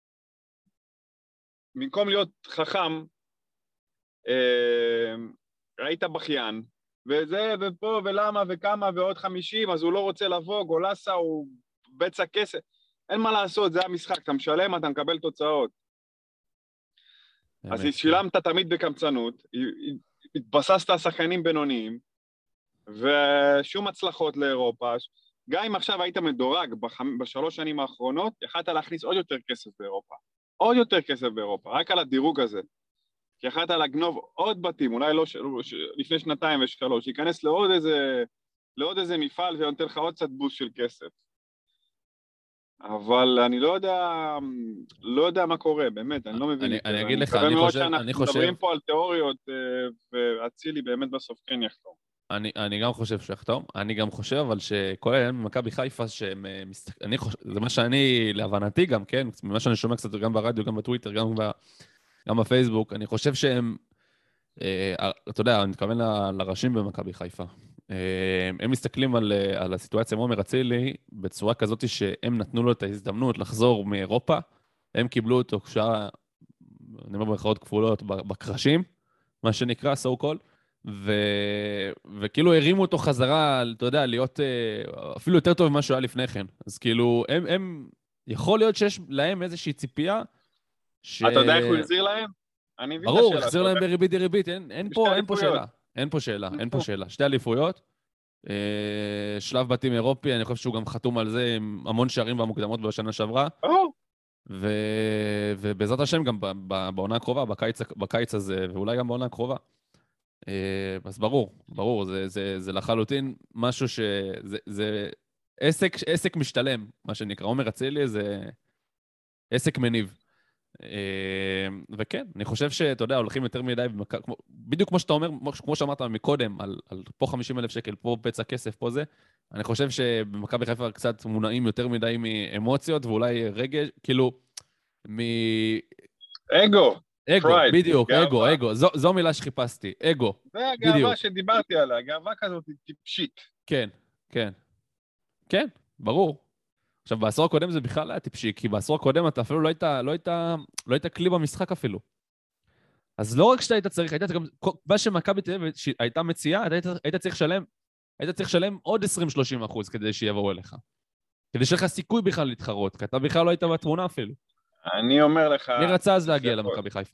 במקום להיות חכם, אה, ראית בכיין, וזה, ופה, ולמה, וכמה, ועוד חמישים, אז הוא לא רוצה לבוא, גולסה, הוא בצע כסף, אין מה לעשות, זה המשחק, אתה משלם, אתה מקבל תוצאות. אז שילמת תמיד בקמצנות, התבססת על שחקנים בינוניים, ושום הצלחות לאירופה, גם אם עכשיו היית מדורג בשלוש שנים האחרונות, יכלת להכניס עוד יותר כסף באירופה, עוד יותר כסף באירופה, רק על הדירוג הזה, כי יכלת לגנוב עוד בתים, אולי לא לפני שנתיים ושלוש, ייכנס לעוד איזה, לעוד איזה מפעל ונותן לך עוד קצת בוס של כסף. אבל אני לא יודע, לא יודע מה קורה, באמת, אני לא מבין. אני, אני אגיד לך, אני חושב, אני חושב... אנחנו מדברים פה על תיאוריות, והצילי באמת בסוף כן יחתום. אני, אני גם חושב שיחתום, אני גם חושב, אבל שכל אלה ממכבי חיפה, שהם, אני חושב, זה מה שאני, להבנתי גם, כן, ממה שאני שומע קצת גם ברדיו, גם בטוויטר, גם, ב, גם בפייסבוק, אני חושב שהם, אה, אתה יודע, אני מתכוון ל, לראשים במכבי חיפה. הם מסתכלים על, על הסיטואציה עם עומר אצילי בצורה כזאת שהם נתנו לו את ההזדמנות לחזור מאירופה, הם קיבלו אותו כשעה, אני אומר במרכאות כפולות, בקרשים, מה שנקרא, so called, ו... וכאילו הרימו אותו חזרה, אתה יודע, להיות אפילו יותר טוב ממה שהוא היה לפני כן. אז כאילו, הם, הם... יכול להיות שיש להם איזושהי ציפייה ש... אתה יודע איך הוא החזיר להם? אני מבין את השאלה. ברור, החזיר להם בריבית דריבית, אין, אין פה, אין פה שאלה. אין פה שאלה, אין פה שאלה. שתי אליפויות, שלב בתים אירופי, אני חושב שהוא גם חתום על זה עם המון שערים במוקדמות בשנה שעברה. ובעזרת השם גם בעונה הקרובה, בקיץ הזה, ואולי גם בעונה הקרובה. אז ברור, ברור, זה לחלוטין משהו שזה עסק משתלם, מה שנקרא. עומר אצילי זה עסק מניב. וכן, אני חושב שאתה יודע, הולכים יותר מדי, בדיוק כמו שאתה אומר, כמו שאמרת מקודם, על, על פה חמישים אלף שקל, פה פצע כסף, פה זה, אני חושב שבמכבי חיפה קצת מונעים יותר מדי מאמוציות, ואולי רגש, כאילו, מ... אגו. אגו, Pride, בדיוק, גאווה. אגו, אגו, זו, זו מילה שחיפשתי, אגו. זה הגאווה בדיוק. שדיברתי עליה, גאווה כזאת טיפשית. כן, כן. כן, ברור. עכשיו, בעשור הקודם זה בכלל היה טיפשי, כי בעשור הקודם אתה אפילו לא היית, לא היית, לא היית כלי במשחק אפילו. אז לא רק שאתה היית צריך, היית גם, מה שמכבי תל אביב הייתה מציעה, היית, היית צריך לשלם, היית צריך לשלם עוד עשרים שלושים אחוז כדי שיבואו אליך. כדי שיהיה לך סיכוי בכלל להתחרות, כי אתה בכלל לא היית בתמונה אפילו. אני אומר לך... מי רצה אז להגיע למכבי חיפה?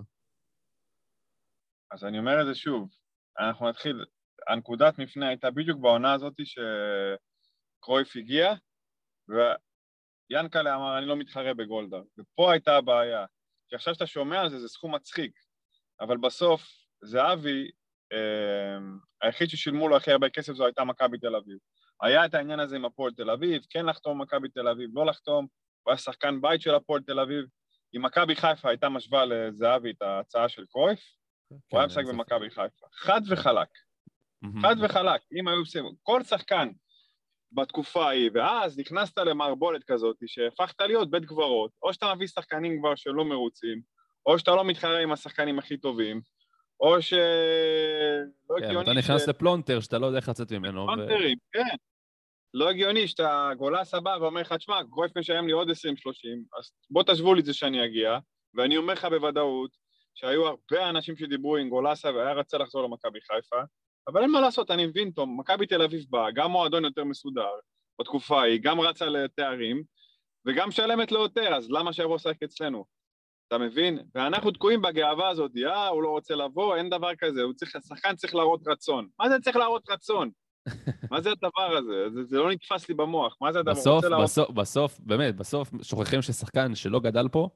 אז אני אומר את זה שוב, אנחנו נתחיל, הנקודת מפנה הייתה בדיוק בעונה הזאת שקרויף הגיע, ויאנקלה אמר, אני לא מתחרה בגולדהר, ופה הייתה הבעיה, כי עכשיו שאתה שומע על זה, זה סכום מצחיק, אבל בסוף, זהבי, אה, היחיד ששילמו לו הכי הרבה כסף זו הייתה מכבי תל אביב, היה את העניין הזה עם הפועל תל אביב, כן לחתום מכבי תל אביב, לא לחתום, הוא היה שחקן בית של הפועל תל אביב, אם מכבי חיפה הייתה משווה לזהבי את ההצעה של קרויף, הוא היה משחק במכבי חיפה. חד וחלק. חד וחלק. אם היו עושים, כל שחקן בתקופה ההיא, ואז נכנסת למערבולת כזאת, שהפכת להיות בית גברות, או שאתה מביא שחקנים כבר שלא מרוצים, או שאתה לא מתחרה עם השחקנים הכי טובים, או ש... לא הגיוני ש... אתה נכנס לפלונטר שאתה לא יודע איך לצאת ממנו. פלונטרים, כן. לא הגיוני שאתה גולס הבא ואומר לך, תשמע, קרויף משלם לי עוד עשרים שלושים, אז בוא תשבו לי את זה שאני אגיע, ואני אומר לך בוודאות שהיו הרבה אנשים שדיברו עם גולסה והיה רצה לחזור למכבי חיפה, אבל אין מה לעשות, אני מבין, טוב, מכבי תל אביב בא, גם מועדון יותר מסודר בתקופה היא, גם רצה לתארים, וגם שלמת לו יותר, אז למה שיבוא לשחק אצלנו? אתה מבין? ואנחנו תקועים בגאווה הזאת, אה, הוא לא רוצה לבוא, אין דבר כזה, הוא צריך, השחקן צריך להראות רצון. מה זה צריך להראות רצון? מה זה הדבר הזה? זה, זה לא נתפס לי במוח. מה זה הדבר? בסוף, בסוף, בסוף, באמת, בסוף שוכחים ששחקן שלא גדל פה,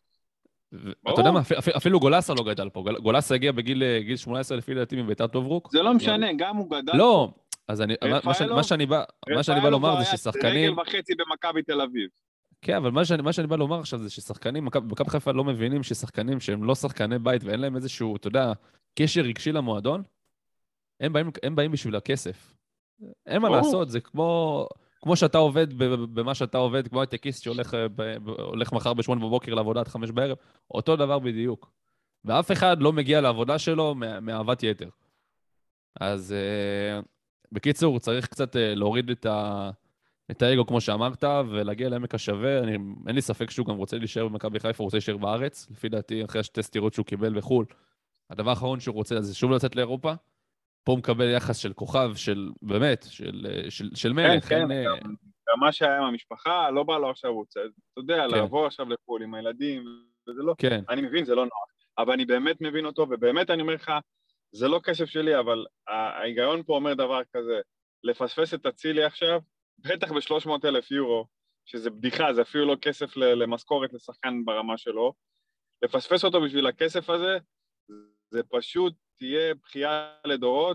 אתה יודע מה, אפילו גולסה לא גדל פה. גולסה הגיע בגיל שמונה עשרה לפי דעתי מביתר טוברוק. זה לא משנה, גם הוא גדל פה. לא, אז מה שאני בא לומר זה ששחקנים... רגל וחצי במכבי תל אביב. כן, אבל מה שאני בא לומר עכשיו זה ששחקנים, מכבי חיפה לא מבינים ששחקנים שהם לא שחקני בית ואין להם איזשהו, אתה יודע, קשר רגשי למועדון, הם באים בשביל הכסף. אין מה לעשות, זה כמו... כמו שאתה עובד במה שאתה עובד, כמו הטקיסט שהולך מחר בשמונה בבוקר לעבודה עד חמש בערב, אותו דבר בדיוק. ואף אחד לא מגיע לעבודה שלו מאהבת יתר. אז בקיצור, צריך קצת להוריד את האגו כמו שאמרת, ולהגיע לעמק השווה. אני, אין לי ספק שהוא גם רוצה להישאר במכבי חיפה, הוא רוצה להישאר בארץ. לפי דעתי, אחרי השתי סטירות שהוא קיבל בחול, הדבר האחרון שהוא רוצה זה שוב לצאת לאירופה. פה הוא מקבל יחס של כוכב, של, באמת, של, של, של מלך. כן, כן, גם, גם מה שהיה עם המשפחה, לא בא לו עכשיו, הוא רוצה, אתה יודע, כן. לעבור עכשיו לפול עם הילדים, וזה לא, כן. אני מבין, זה לא נוח, אבל אני באמת מבין אותו, ובאמת אני אומר לך, זה לא כסף שלי, אבל ההיגיון פה אומר דבר כזה, לפספס את הצילי עכשיו, בטח ב-שלוש מאות אלף יורו, שזה בדיחה, זה אפילו לא כסף למשכורת לשחקן ברמה שלו, לפספס אותו בשביל הכסף הזה, זה פשוט תהיה בחייה לדורות,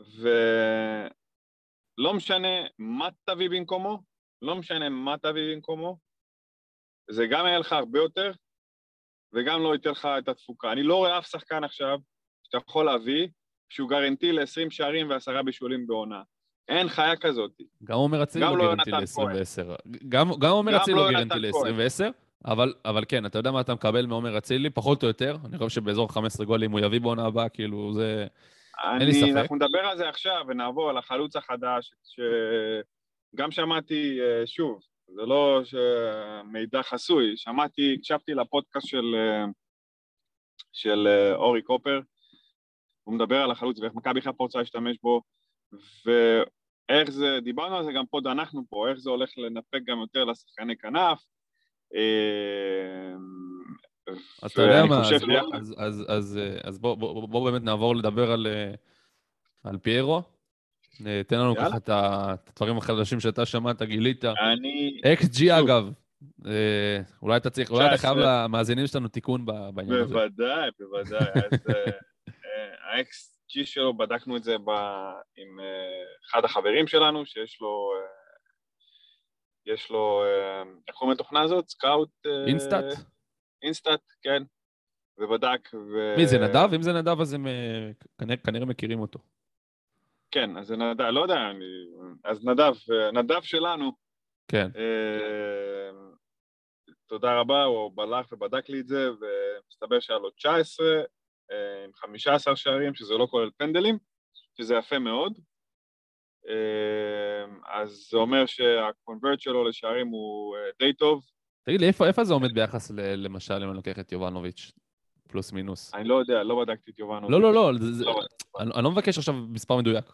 ולא משנה מה תביא במקומו, לא משנה מה תביא במקומו, זה גם יהיה לך הרבה יותר, וגם לא ייתן לך את התפוקה. אני לא רואה אף שחקן עכשיו שאתה יכול להביא, שהוא גרנטי ל-עשרים שערים ועשרה בישולים בעונה. אין חיה כזאת. גם עומר אצילי לא גרנטי ל-עשרים ועשר. גם עומר אצילי לא גרנטי ל-עשרים ועשר. אבל, אבל כן, אתה יודע מה אתה מקבל מעומר אצילי, פחות או יותר, אני חושב שבאזור חמישה עשר גולים הוא יביא בעונה הבאה, כאילו זה... אני, אין לי ספק. אנחנו נדבר על זה עכשיו, ונעבור על החלוץ החדש, שגם שמעתי, שוב, זה לא מידע חסוי, שמעתי, הקשבתי לפודקאסט של, של אורי קופר, הוא מדבר על החלוץ, ואיך מכבי חיפה רוצה להשתמש בו, ואיך זה, דיברנו על זה גם פה, אנחנו פה, איך זה הולך לנפק גם יותר לשחקני כנף, אתה יודע מה, אז בואו באמת נעבור לדבר על פיירו, תן לנו ככה את הדברים החדשים שאתה שמעת, גילית, אקס ג'י אגב, אולי אתה צריך, אולי אתה חייב למאזינים שלנו תיקון בעניין הזה. בוודאי, בוודאי, אז ה-אקס ג'י שלו, בדקנו את זה עם אחד החברים שלנו, שיש לו... יש לו, איך קוראים לתוכנה הזאת? סקאוט? אינסטאט? אינסטאט, כן. ובדק ו... מי, זה נדב? אם זה נדב, אז הם כנראה מכירים אותו. כן, אז זה נדב, לא יודע, אני... אז נדב, נדב שלנו. כן. תודה רבה, הוא בלח ובדק לי את זה, ומסתבר שהיה לו תשע עשרה, עם חמישה עשר שערים, שזה לא כולל פנדלים, שזה יפה מאוד. אז זה אומר שהקונברט שלו לשערים הוא די טוב. תגיד לי, איפה, איפה זה עומד ביחס למשל אם אני לוקח את יובנוביץ' פלוס מינוס? אני לא יודע, לא בדקתי את יובנוביץ'. לא, לא, לא, זה, אני, אני לא מבקש עכשיו מספר מדויק.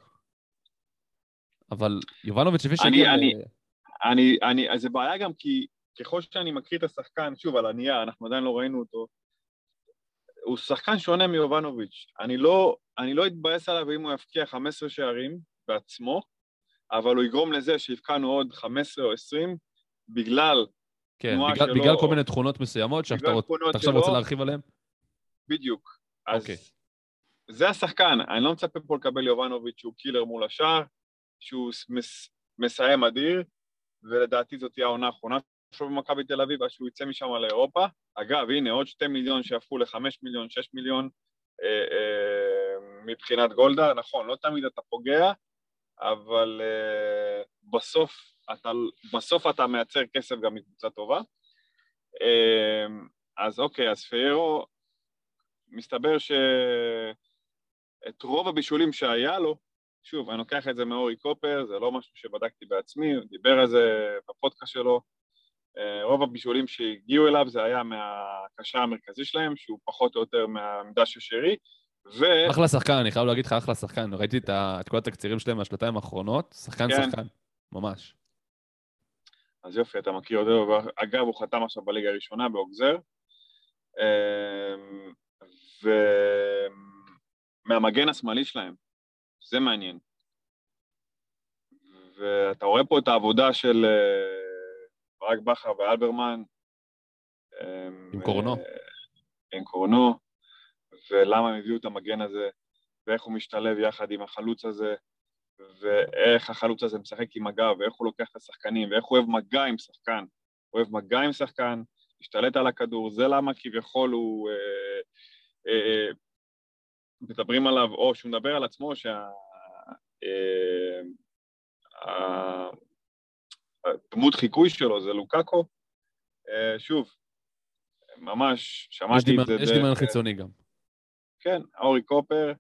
אבל יובנוביץ' לפי שגיע... אני, אני, אני, אני, אז זה בעיה גם כי ככל שאני מקריא את השחקן, שוב, על הנייר, אנחנו עדיין לא ראינו אותו, הוא שחקן שונה מיובנוביץ'. אני לא, אני לא אתבאס עליו אם הוא יפקיע חמישה עשר שערים בעצמו, אבל הוא יגרום לזה שיפקענו עוד חמש עשרה או עשרים, בגלל כן, בגלל, שלו, בגלל כל מיני תכונות מסוימות, שאתה עכשיו רוצה להרחיב עליהן? בדיוק. אז אוקיי. זה השחקן, אני לא מצפה פה לקבל יובנוביץ' שהוא קילר מול השאר, שהוא מסיים אדיר, ולדעתי זאת תהיה העונה האחרונה שלו במכבי תל אביב, אז שהוא יצא משם לאירופה. אגב, הנה, עוד שתי מיליון שהפכו לחמש מיליון, שש מיליון, אה, אה, מבחינת גולדה, נכון, לא תמיד אתה פוגע, אבל אה, בסוף, אתה, בסוף אתה מייצר כסף גם מקבוצה טובה. אה, אז אוקיי, אז פיירו, מסתבר שאת רוב הבישולים שהיה לו, שוב, אני לוקח את זה מאורי קופר, זה לא משהו שבדקתי בעצמי, הוא דיבר על זה בפודקאסט שלו, רוב הבישולים שהגיעו אליו זה היה מהקשר המרכזי שלהם, שהוא פחות או יותר מהעמדה של שרי, ו... אחלה שחקן, אני חייב להגיד לך אחלה שחקן, ראיתי את, ה... את כל התקצירים שלהם מהשנתיים האחרונות, שחקן כן. שחקן, ממש. אז יופי, אתה מכיר אותו, אגב, הוא חתם עכשיו בליגה הראשונה באוגזר, ומהמגן השמאלי שלהם, זה מעניין. ואתה רואה פה את העבודה של ברק בכר ואלברמן, עם קורנו. עם קורנו, ולמה הם הביאו את המגן הזה, ואיך הוא משתלב יחד עם החלוץ הזה, ואיך החלוץ הזה משחק עם מגע, ואיך הוא לוקח את השחקנים, ואיך הוא אוהב מגע עם שחקן. הוא אוהב מגע עם שחקן, השתלט על הכדור, זה למה כביכול הוא... אה, אה, מדברים עליו, או שהוא מדבר על עצמו, שה... אה, הדמות חיקוי שלו זה לוקאקו. אה, שוב, ממש שמעתי את זה... יש דמיון חיצוני גם. כן, אורי קופר,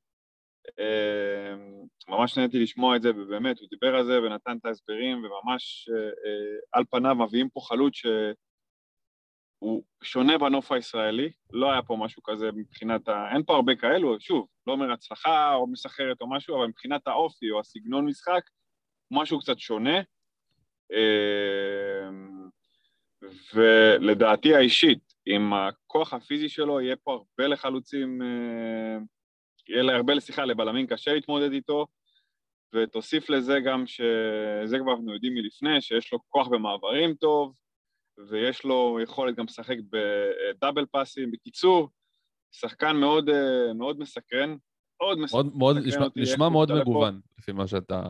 ממש נהניתי לשמוע את זה, ובאמת, הוא דיבר על זה ונתן את ההסברים, וממש על פניו מביאים פה חלוץ שהוא שונה בנוף הישראלי, לא היה פה משהו כזה מבחינת ה... אין פה הרבה כאלו, שוב, לא אומר הצלחה או מסחרת או משהו, אבל מבחינת האופי או הסגנון משחק, משהו קצת שונה, ולדעתי האישית, עם הכוח הפיזי שלו, יהיה פה הרבה לחלוצים, יהיה לה הרבה לשיחה, לבלמים קשה להתמודד איתו, ותוסיף לזה גם שזה כבר אנחנו יודעים מלפני, שיש לו כוח במעברים טוב, ויש לו יכולת גם לשחק בדאבל פאסים. בקיצור, שחקן מאוד, מאוד מסקרן, מאוד מסקרן. מאוד, מאוד, נשמע, נשמע מאוד מגוון, לפי מה שאתה...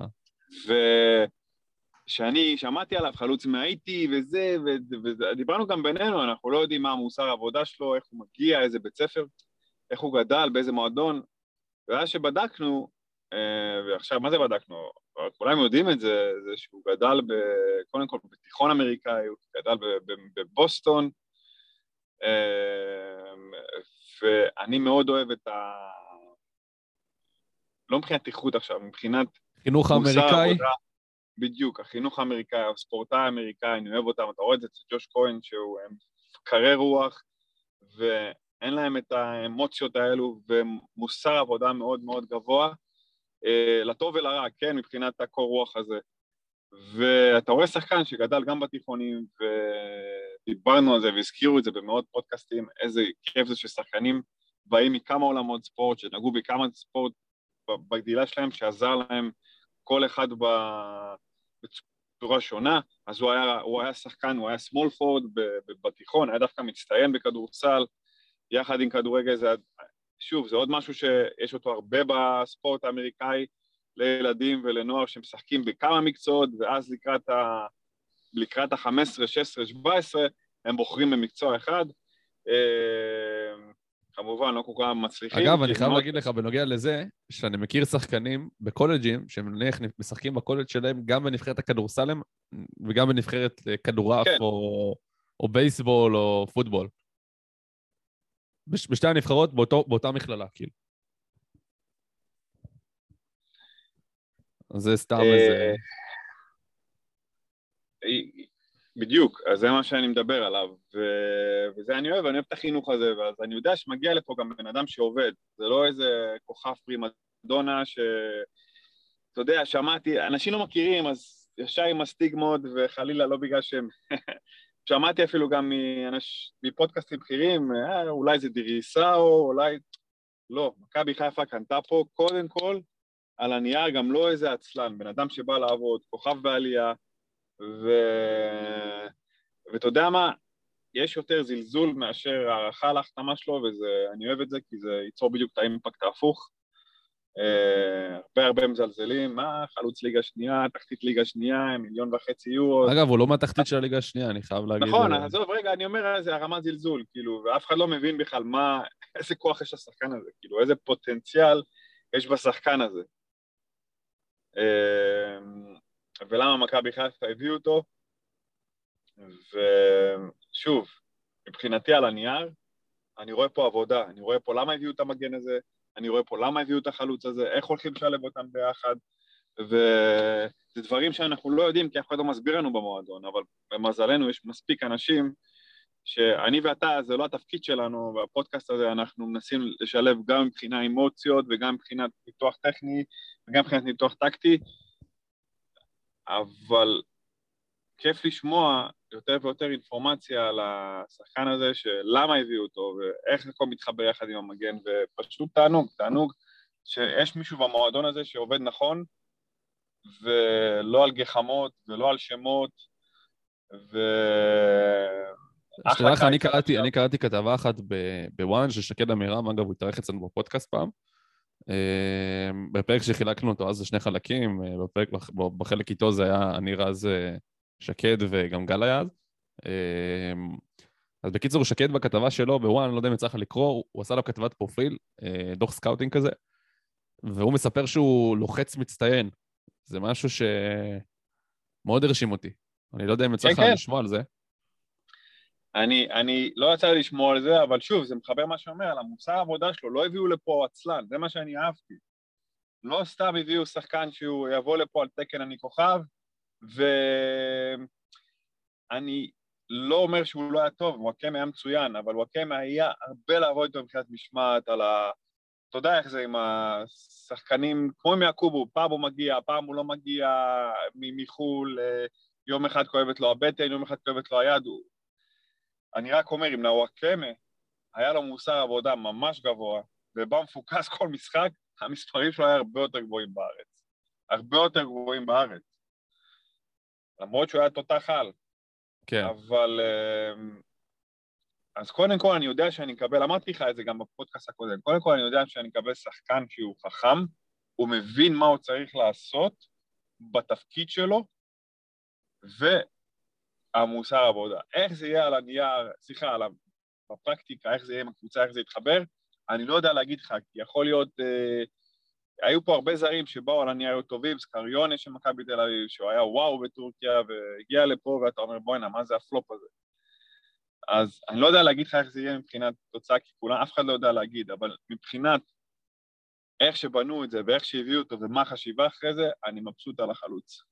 ושאני שמעתי עליו חלוץ מהאיטי וזה, ודיברנו גם בינינו, אנחנו לא יודעים מה המוסר העבודה שלו, איך הוא מגיע, איזה בית ספר, איך הוא גדל, באיזה מועדון, ואז שבדקנו, ועכשיו מה זה בדקנו? כולם יודעים את זה, זה שהוא גדל ב, קודם כל בתיכון אמריקאי, הוא גדל בבוסטון, ואני מאוד אוהב את ה... לא מבחינת איכות עכשיו, מבחינת... חינוך האמריקאי? בדיוק, החינוך האמריקאי, הספורטאי האמריקאי, אני אוהב אותם, אתה רואה את זה, זה ג'וש כהן, שהוא קרר רוח, ואין להם את האמוציות האלו, ומוסר עבודה מאוד מאוד גבוה, לטוב ולרע, כן, מבחינת הקור רוח הזה. ואתה רואה שחקן שגדל גם בתיכונים, ודיברנו על זה, והזכירו את זה במאות פודקאסטים, איזה כיף זה ששחקנים באים מכמה עולמות ספורט, שנגעו בכמה ספורט בגדילה שלהם, שעזר להם כל אחד בצורה שונה. אז הוא היה, הוא היה שחקן, הוא היה small forward בתיכון, היה דווקא מצטיין בכדורסל, יחד עם כדורגל. זה, שוב, זה עוד משהו שיש אותו הרבה בספורט האמריקאי, לילדים ולנוער שמשחקים בכמה מקצועות, ואז לקראת ה... לקראת ה-חמש עשרה, שש עשרה, שבע עשרה, הם בוחרים במקצוע אחד. כמובן, לא כל כך מצליחים. אגב, אני חייב להגיד לך בנוגע לזה, שאני מכיר שחקנים בקולג'ים, שהם נניח משחקים בקולג' שלהם, גם בנבחרת הכדורסל, וגם בנבחרת כדורעף, כן. או, או בייסבול, או פוטבול. בש, בשתי הנבחרות, באותו, באותה מכללה, כאילו. אז זה סתם איזה... בדיוק, אז זה מה שאני מדבר עליו, ו- וזה אני אוהב, אני אוהב את החינוך הזה, ואז אני יודע שמגיע לפה גם בן אדם שעובד, זה לא איזה כוכב פרימדונה ש... אתה יודע, שמעתי, אנשים לא מכירים, אז ישר עם הסטיגמות, וחלילה לא בגלל שהם... שמעתי אפילו גם מאנש... מפודקאסטים בכירים, אה, אולי זה דריסה או אולי... לא, מכבי חיפה קנתה פה, קודם כל, על הנייר גם לא איזה עצלן, בן אדם שבא לעבוד, כוכב בעלייה, ו... ואתה יודע מה, יש יותר זלזול מאשר הערכה להחתמה שלו, ואני אוהב את זה, כי זה ייצור בדיוק את האימפקט ההפוך, הרבה הרבה מזלזלים, מה, חלוץ ליגה שנייה, תחתית ליגה שנייה, מיליון וחצי יורו. אגב, הוא לא מהתחתית של הליגה השנייה, אני חייב להגיד. נכון, עזוב, רגע, אני אומר, זה הרמת זלזול, כאילו, ואף אחד לא מבין בכלל מה, איזה כוח יש לשחקן הזה, כאילו, איזה פוטנציאל יש בשחקן הזה. ולמה מכבי חיפה הביאו אותו, ושוב, מבחינתי על הנייר, אני רואה פה עבודה, אני רואה פה למה הביאו את המגן הזה, אני רואה פה למה הביאו את החלוץ הזה, איך הולכים לשלב אותם ביחד, וזה דברים שאנחנו לא יודעים, כי אף אחד לא מסביר לנו במועדון, אבל במזלנו יש מספיק אנשים, שאני ואתה, זה לא התפקיד שלנו, בפודקאסט הזה אנחנו מנסים לשלב גם מבחינה אמוציות, וגם מבחינת ניתוח טכני, וגם מבחינת ניתוח טקטי, אבל כיף לשמוע יותר ויותר אינפורמציה על השחקן הזה, שלמה הביאו אותו, ואיך הכל מתחבר יחד עם המגן, ופשוט תענוג, תענוג, שיש מישהו במועדון הזה שעובד נכון, ולא על גחמות, ולא על שמות, ו... שתדע לך, אני קראתי, אני קראתי כתבה אחת בוואן, ששקד אמירם, אגב, הוא התארח אצלנו בפודקאסט פעם, בפרק שחילקנו אותו, אז זה שני חלקים, בפרק, בחלק איתו זה היה אני רז שקד וגם גל היה אז. אז בקיצור, שקד בכתבה שלו בוואן, לא יודע אם יצא לך לקרוא, הוא עשה לו כתבת פרופיל, דוח סקאוטינג כזה, והוא מספר שהוא לוחץ מצטיין. זה משהו שמאוד הרשים אותי. אני לא יודע אם יצא לך לשמוע על זה. אני, אני לא יצא לי לשמוע על זה, אבל שוב, זה מחבר מה שאומר, על המוסר העבודה שלו, לא הביאו לפה עצלן, זה מה שאני אהבתי. לא סתם הביאו שחקן שהוא יבוא לפה על תקן אני כוכב, ואני לא אומר שהוא לא היה טוב, וואקמה היה מצוין, אבל וואקמה היה הרבה לעבוד איתו מבחינת משמעת על ה... אתה יודע איך זה עם השחקנים, כמו עם יעקובו, פעם הוא מגיע, פעם הוא לא מגיע מחול, יום אחד כואבת לו הבטן, יום אחד כואבת לו היד, הוא... אני רק אומר, אם לוואקמה היה לו מוסר עבודה ממש גבוה, ובא מפוקס כל משחק, המספרים שלו היה הרבה יותר גבוהים בארץ. הרבה יותר גבוהים בארץ. למרות שהוא היה תותח על. כן. אבל... אז קודם כל אני יודע שאני אקבל, אמרתי לך את זה גם בפודקאסט הקודם, קודם כל אני יודע שאני אקבל שחקן שהוא חכם, הוא מבין מה הוא צריך לעשות בתפקיד שלו, והמוסר עבודה. איך זה יהיה על הנייר, סליחה, על בפרקטיקה, איך זה יהיה עם הקבוצה, איך זה יתחבר, אני לא יודע להגיד לך, כי יכול להיות, אה, היו פה הרבה זרים שבאו על הנייר היו טובים, סקריון יש מכבי תל אביב, שהוא היה וואו בטורקיה, והגיע לפה ואתה אומר, בואי נה, מה זה הפלופ הזה? אז אני לא יודע להגיד לך איך זה יהיה מבחינת תוצאה, כי כולם, אף אחד לא יודע להגיד, אבל מבחינת איך שבנו את זה, ואיך שהביאו אותו, ומה חשיבה אחרי זה, אני מבסוט על החלוץ.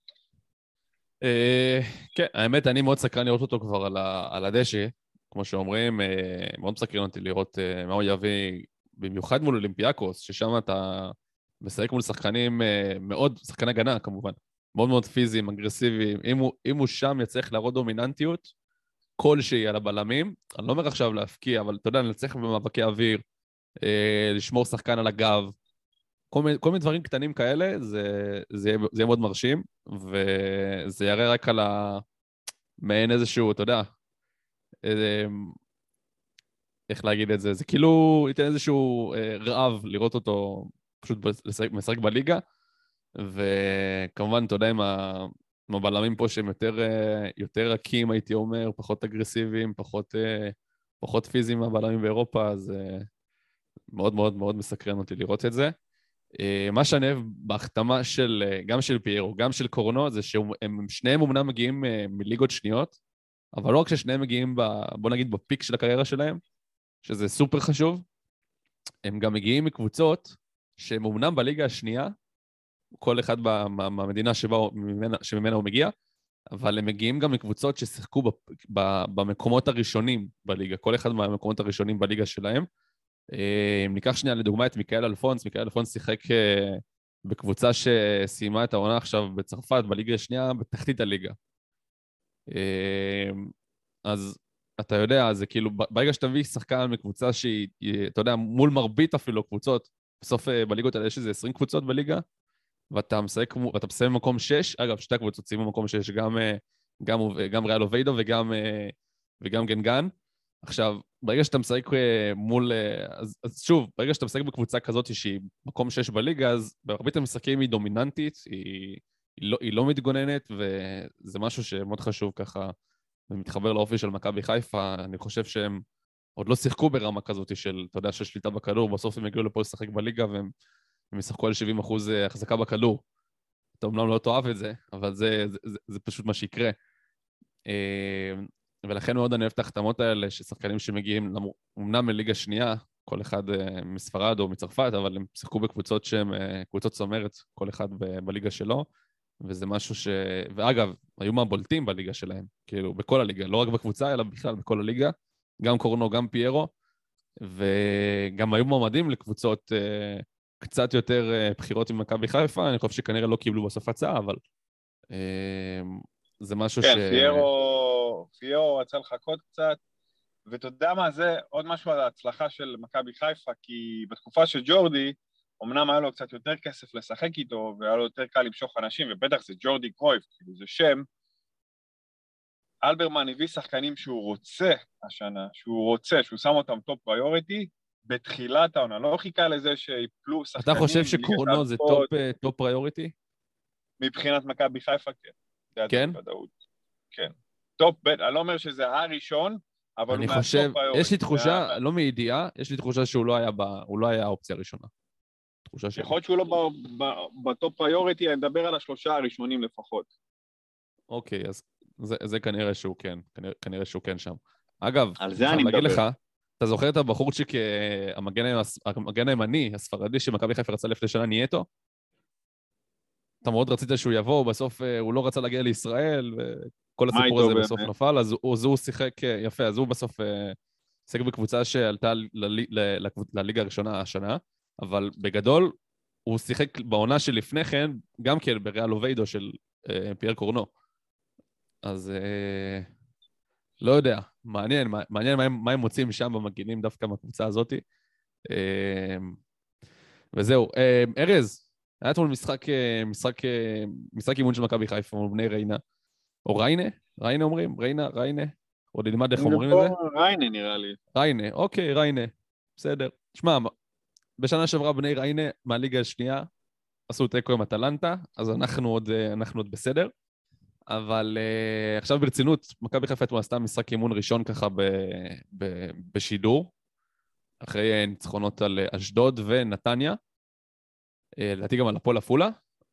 כן, האמת, אני מאוד סקרן לראות אותו כבר על הדשא, כמו שאומרים, מאוד מסקרן אותי לראות מה הוא יביא, במיוחד מול אולימפיאקוס, ששם אתה משחק מול שחקנים מאוד, שחקן הגנה כמובן, מאוד מאוד פיזיים, אגרסיביים, אם הוא, אם הוא שם יצטרך להראות דומיננטיות, כלשהי על הבלמים, אני לא אומר עכשיו להפקיע, אבל אתה יודע, נצטרך במאבקי אוויר, לשמור שחקן על הגב, כל מיני, כל מיני דברים קטנים כאלה, זה, זה, זה יהיה מאוד מרשים, וזה יראה רק על ה... מעין איזשהו, אתה יודע, איזה, איך להגיד את זה, זה כאילו ייתן איזשהו רעב לראות אותו פשוט משחק בליגה, וכמובן, אתה יודע, עם הבלמים פה שהם יותר, יותר רכים, הייתי אומר, פחות אגרסיביים, פחות, פחות פיזיים מהבלמים באירופה, אז מאוד מאוד מאוד מסקרן אותי לראות את זה. מה שאני אוהב בהחתמה של, גם של פיירו, גם של קורנו, זה שהם שניהם אמנם מגיעים מליגות שניות, אבל לא רק ששניהם מגיעים, ב, בוא נגיד, בפיק של הקריירה שלהם, שזה סופר חשוב, הם גם מגיעים מקבוצות שהם אמנם בליגה השנייה, כל אחד במדינה שבה, ממנה, שממנה הוא מגיע, אבל הם מגיעים גם מקבוצות ששיחקו במקומות הראשונים בליגה, כל אחד מהמקומות הראשונים בליגה שלהם. אם ניקח שנייה לדוגמה את מיקאל אלפונס, מיקאל אלפונס שיחק בקבוצה שסיימה את העונה עכשיו בצרפת, בליגה השנייה, בתחתית הליגה. אז אתה יודע, זה כאילו, ברגע שאתה מביא שחקן מקבוצה שהיא, אתה יודע, מול מרבית אפילו קבוצות, בסוף בליגות האלה יש איזה עשרים קבוצות בליגה, ואתה מסייק, ואתה מסיים במקום שש, אגב, שתי הקבוצות סיימו במקום שש, גם, גם, גם ריאל אוביידו וגם, וגם גנגן, עכשיו, ברגע שאתה משחק מול... אז, אז שוב, ברגע שאתה משחק בקבוצה כזאת שהיא מקום שש בליגה, אז ברבית המשחקים היא דומיננטית, היא, היא, לא, היא לא מתגוננת, וזה משהו שמאוד חשוב ככה, ומתחבר לאופי של מכבי חיפה. אני חושב שהם עוד לא שיחקו ברמה כזאת של, אתה יודע, של שליטה בכדור, בסוף הם הגיעו לפה לשחק בליגה, והם ישחקו על שבעים אחוז החזקה בכדור. אתה אומנם לא תאהב את זה, אבל זה, זה, זה, זה פשוט מה שיקרה. ולכן מאוד אני אוהב את ההחתמות האלה, ששחקנים שמגיעים, אמנם מליגה שנייה, כל אחד מספרד או מצרפת, אבל הם שיחקו בקבוצות שהן קבוצות צומרת, כל אחד ב- בליגה שלו, וזה משהו ש... ואגב, היו מהבולטים בליגה שלהם, כאילו, בכל הליגה, לא רק בקבוצה, אלא בכלל בכל הליגה, גם קורנו, גם פיירו, וגם היו מועמדים לקבוצות uh, קצת יותר uh, בחירות עם מכבי חיפה, אני חושב שכנראה לא קיבלו בסוף הצעה, אבל uh, זה משהו כן, ש... כן, פיירו, פיירו רצה לחכות קצת, ואתה יודע מה, זה עוד משהו על ההצלחה של מכבי חיפה, כי בתקופה של ג'ורדי, אמנם היה לו קצת יותר כסף לשחק איתו, והיה לו יותר קל למשוך אנשים, ובטח זה ג'ורדי קרויף, כאילו זה שם, אלברמן הביא שחקנים שהוא רוצה השנה, שהוא רוצה, שהוא שם אותם טופ פריוריטי, בתחילת העונה, לא חיכה לזה שיפלו שחקנים... אתה חושב שקורנו זה טופ, טופ פריוריטי? מבחינת מכבי חיפה, כן. כן? כן. טופ ב', אני לא אומר שזה הראשון, אבל הוא מהטופ פריוריטי. יש לי תחושה, לא מידיעה, יש לי תחושה שהוא לא היה, הוא לא היה האופציה הראשונה. יכול להיות שהוא לא בטופ פריוריטי, אני מדבר על השלושה הראשונים לפחות. אוקיי, אז זה, זה כנראה שהוא כן, כנראה, כנראה שהוא כן שם. אגב, על זה אני מדבר. לך, אתה זוכר את הבחורצ'יק, המגן, המגן הימני, הספרדי, שמכבי חיפה רצה לפני שנה, נייטו? אתה מאוד רצית שהוא יבוא, בסוף הוא לא רצה להגיע לישראל, וכל הסיפור הזה בסוף נפל, אז, אז הוא שיחק יפה, אז הוא בסוף שיחק בקבוצה שעלתה לליגה הראשונה השנה, אבל בגדול הוא שיחק בעונה שלפני כן, גם כן בריאל אוביידו של פייר קורנו. אז לא יודע, מעניין, מעניין מה הם, מה הם מוצאים שם במגינים דווקא מהקבוצה הזאת. וזהו, ארז, היה אתמול משחק, משחק, משחק אימון של מכבי חיפה, או בני ריינה, או ריינה? ריינה אומרים? ריינה, ריינה? עוד נלמד איך אומרים את זה? ריינה נראה לי. ריינה, אוקיי, ריינה, בסדר. שמע, בשנה שעברה בני ריינה מהליגה השנייה, עשו תיקו עם אטלנטה, אז אנחנו עוד, אנחנו עוד בסדר. אבל uh, עכשיו ברצינות, מכבי חיפה אתמול עשתה משחק אימון ראשון ככה ב, ב, בשידור, אחרי ניצחונות על אשדוד ונתניה, לדעתי גם על הפועל עפולה,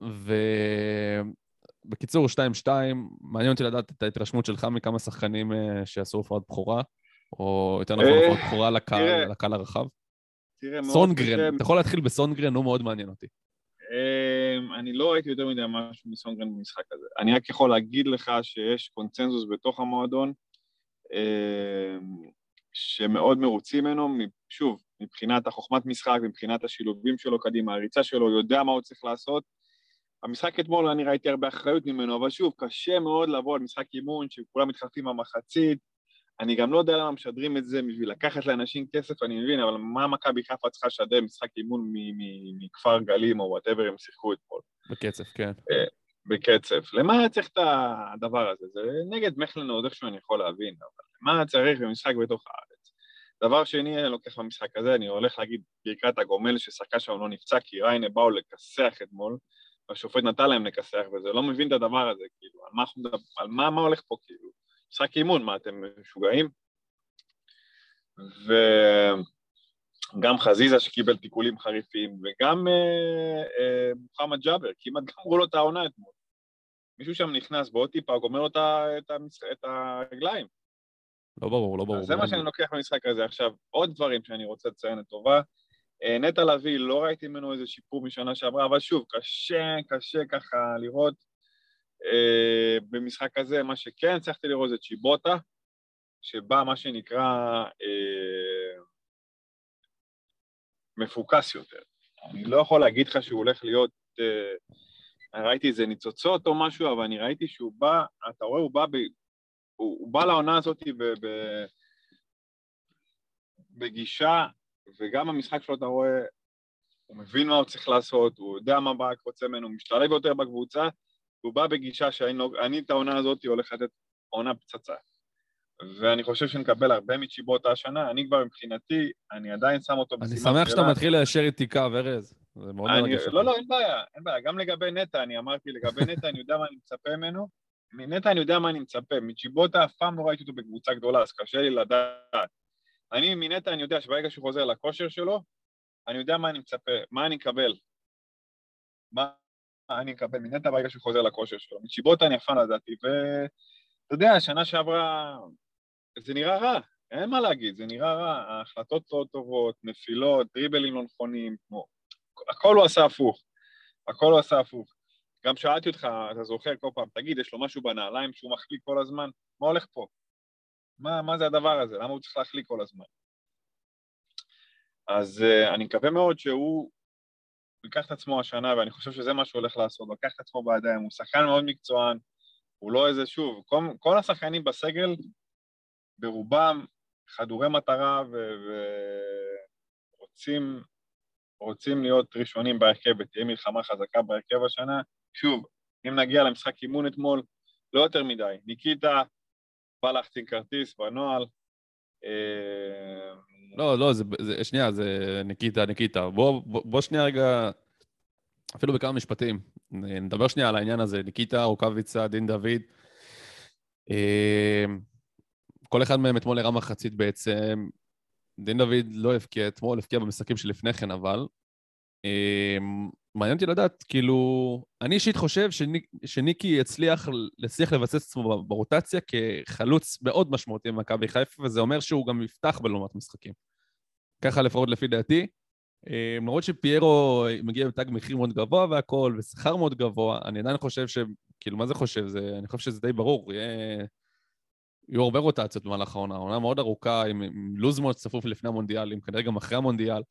ובקיצור שתיים שתיים, מעניין אותי לדעת את ההתרשמות שלך מכמה שחקנים שעשו הופעת בחורה, או יותר נכון הופעת בחורה לקהל, לקהל הרחב. סונגרן, אתה יכול להתחיל בסונגרן, הוא מאוד מעניין אותי. אני לא ראיתי יותר מדי משהו מסונגרן במשחק הזה. אני רק יכול להגיד לך שיש קונצנזוס בתוך המועדון, שמאוד מרוצים ממנו, שוב, מבחינת החוכמת משחק, מבחינת השילובים שלו קדימה, הריצה שלו, יודע מה הוא צריך לעשות. המשחק אתמול אני ראיתי הרבה אחריות ממנו, אבל שוב, קשה מאוד לבוא על משחק אימון, שכולם מתחלפים במחצית, אני גם לא יודע למה משדרים את זה, בשביל לקחת לאנשים כסף, אני מבין, אבל מה מכבי חיפה צריכה לשדר משחק אימון מכפר גלים, או whatever הם שיחקו אתמול? בקצב, כן. בקצב. למה צריך את הדבר הזה? זה נגד מכלן עוד איכשהו אני יכול להבין, אבל למה צריך במשחק בתוך הארץ? דבר שני, אני לוקח במשחק הזה, אני הולך להגיד ברכת הגומל ששחקה שם לא נפצע, כי ריינה באו לכסח אתמול, והשופט נתן להם לכסח, וזה לא מבין את הדבר הזה, כאילו, על מה, על מה, מה הולך פה, כאילו? משחק אימון, מה, אתם משוגעים? וגם חזיזה שקיבל תיקולים חריפים, וגם אה, אה, מוחמד ג'אבר, כמעט גמרו לו את העונה אתמול. מישהו שם נכנס בעוד טיפה, גומר לו את, המשח... את הרגליים. לא ברור, לא ברור. זה מה שאני לוקח במשחק הזה. עכשיו, עוד דברים שאני רוצה לציין לטובה. נטע לביא, לא ראיתי ממנו איזה שיפור משנה שעברה, אבל שוב, קשה, קשה ככה לראות אה, במשחק הזה. מה שכן צריכתי לראות זה צ'יבוטה, שבא מה שנקרא אה, מפוקס יותר. אני לא יכול להגיד לך שהוא הולך להיות, אה, ראיתי איזה ניצוצות או משהו, אבל אני ראיתי שהוא בא, אתה רואה, הוא בא, ב, הוא, הוא בא לעונה הזאת ב, ב, בגישה, וגם במשחק שלו אתה רואה, הוא מבין מה הוא צריך לעשות, הוא יודע מה ברק רוצה ממנו, הוא משתלב יותר בקבוצה, הוא בא בגישה שאני את העונה הזאת הולך לתת עונה פצצה. ואני חושב שנקבל הרבה מצ'יבוטה השנה, אני כבר מבחינתי, אני עדיין שם אותו אני בסימן שמח שאתה שאלה. מתחיל ליישר איתי קו, ארז. זה מאוד אני, מרגש אותי. לא, לא, אין בעיה, אין בעיה. גם לגבי נטע, אני אמרתי, לגבי נטע, אני יודע מה אני מצפה ממנו. מנטע אני יודע מה אני מצפה. מצ'יבוטה אף פעם לא ראיתי אותו בקבוצה גדולה, אז קשה לי לדעת. אני מנטע, אני יודע שברגע שהוא חוזר לכושר שלו, אני יודע מה אני מצפה, מה אני אקבל. מה אני אקבל מנטע ברגע שהוא חוזר לכושר שלו. מצ'יבוטה אני אף פעם לא ידעתי, ואתה יודע, השנה שעברה, זה נראה רע, אין מה להגיד, זה נראה רע. ההחלטות לא טובות, נפילות, דריבלים לא נכונים, כמו... הכל הוא עשה הפוך, הכל הוא עשה הפוך. גם שאלתי אותך, אתה זוכר כל פעם, תגיד, יש לו משהו בנעליים שהוא מחליק כל הזמן? מה הולך פה? מה, מה זה הדבר הזה? למה הוא צריך להחליק כל הזמן? אז uh, אני מקווה מאוד שהוא ייקח את עצמו השנה, ואני חושב שזה מה שהוא הולך לעשות, הוא ייקח את עצמו בידיים, הוא שחקן מאוד מקצוען, הוא לא איזה, שוב, כל, כל השחקנים בסגל, ברובם חדורי מטרה ורוצים רוצים להיות ראשונים בהרכב, תהיה מלחמה חזקה בהרכב השנה. שוב, אם נגיע למשחק אימון אתמול, לא יותר מדי. ניקיטה בא להחצין כרטיס בנועל. לא, לא, זה, זה, שנייה, זה ניקיטה, ניקיטה. בוא, בוא, בוא שנייה רגע, אפילו בכמה משפטים. נדבר שנייה על העניין הזה. ניקיטה, רוקאביצה, דין דוד. כל אחד מהם אתמול הראה מחצית בעצם. דין דוד לא הבקיע אתמול, הבקיע במשחקים שלפני כן, אבל מעניין אותי לדעת, כאילו, אני אישית חושב שניק, שניקי יצליח, יצליח לבסס עצמו ברוטציה כחלוץ מאוד משמעותי במכבי חיפה, וזה אומר שהוא גם יפתח בלא מעט משחקים. ככה לפחות לפי דעתי. למרות שפיירו מגיע בתג מחיר מאוד גבוה והכל, ושכר מאוד גבוה, אני עדיין חושב ש... כאילו, מה זה חושב? זה, אני חושב שזה די ברור, יהיה... יהיו הרבה רוטציות במהלך העונה, העונה מאוד ארוכה, עם, עם לוז מאוד צפוף לפני המונדיאלים, כנראה גם אחרי המונדיאל,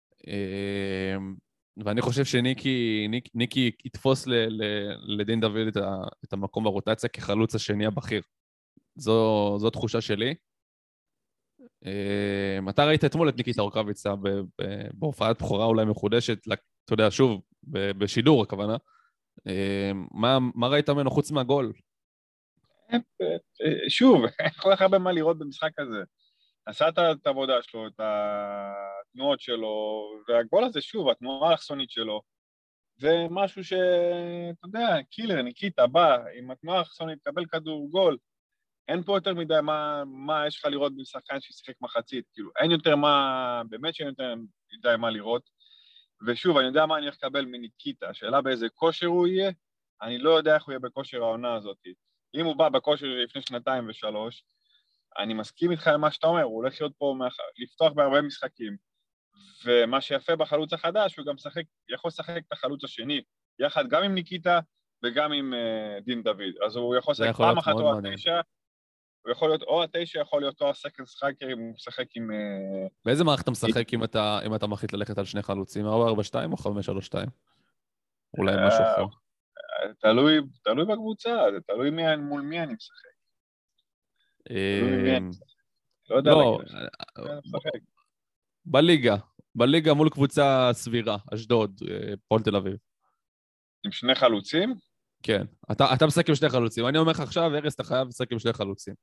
ואני חושב שניקי ניק, ניקי יתפוס ל, ל, לדין דוד את, ה, את המקום ברוטציה כחלוץ השני הבכיר. זו, זו תחושה שלי. אתה ראית אתמול את ניקיטה רוקאביצה בהופעת בכורה אולי מחודשת, אתה יודע, שוב, בשידור הכוונה. מה, מה ראית ממנו חוץ מהגול? שוב, אין כל כך הרבה מה לראות במשחק הזה. עשה את העבודה שלו, את התנועות שלו, והגול הזה, שוב, התנועה האלכסונית שלו, זה משהו שאתה יודע, קילר, ניקיטה, בא, עם התנועה האלכסונית, קבל כדור גול, אין פה יותר מדי מה, מה יש לך לראות בשחקן שישחק מחצית, כאילו, אין יותר מה, באמת שאין יותר מדי מה לראות, ושוב, אני יודע מה אני הולך לקבל מניקיטה, השאלה באיזה כושר הוא יהיה, אני לא יודע איך הוא יהיה בכושר העונה הזאת. אם הוא בא בכושר לפני שנתיים ושלוש, אני מסכים איתך למה שאתה אומר, הוא הולך להיות פה לפתוח בהרבה משחקים, ומה שיפה בחלוץ החדש, הוא גם שחק, יכול לשחק את החלוץ השני, יחד גם עם ניקיטה וגם עם uh, דין דוד, אז הוא יכול לשחק פעם אחת או התשע, הוא יכול להיות או התשע, יכול להיות או הסקנד סטרייקר, אם הוא משחק עם... Uh, באיזה מערכת אתה משחק אם אתה, אם אתה מחליט ללכת על שני חלוצים, ארבע ארבע שתיים או חמש שלוש שתיים? אולי משהו אחר. תלוי, תלוי בקבוצה, זה תלוי מי, מול מי אני משחק. לא יודע להגיד. בליגה, בליגה מול קבוצה סבירה, אשדוד, פועל תל אביב. עם שני חלוצים? כן, אתה, אתה משחק עם שני חלוצים. אני אומר לך עכשיו, ארז, אתה חייב לשחק עם שני חלוצים.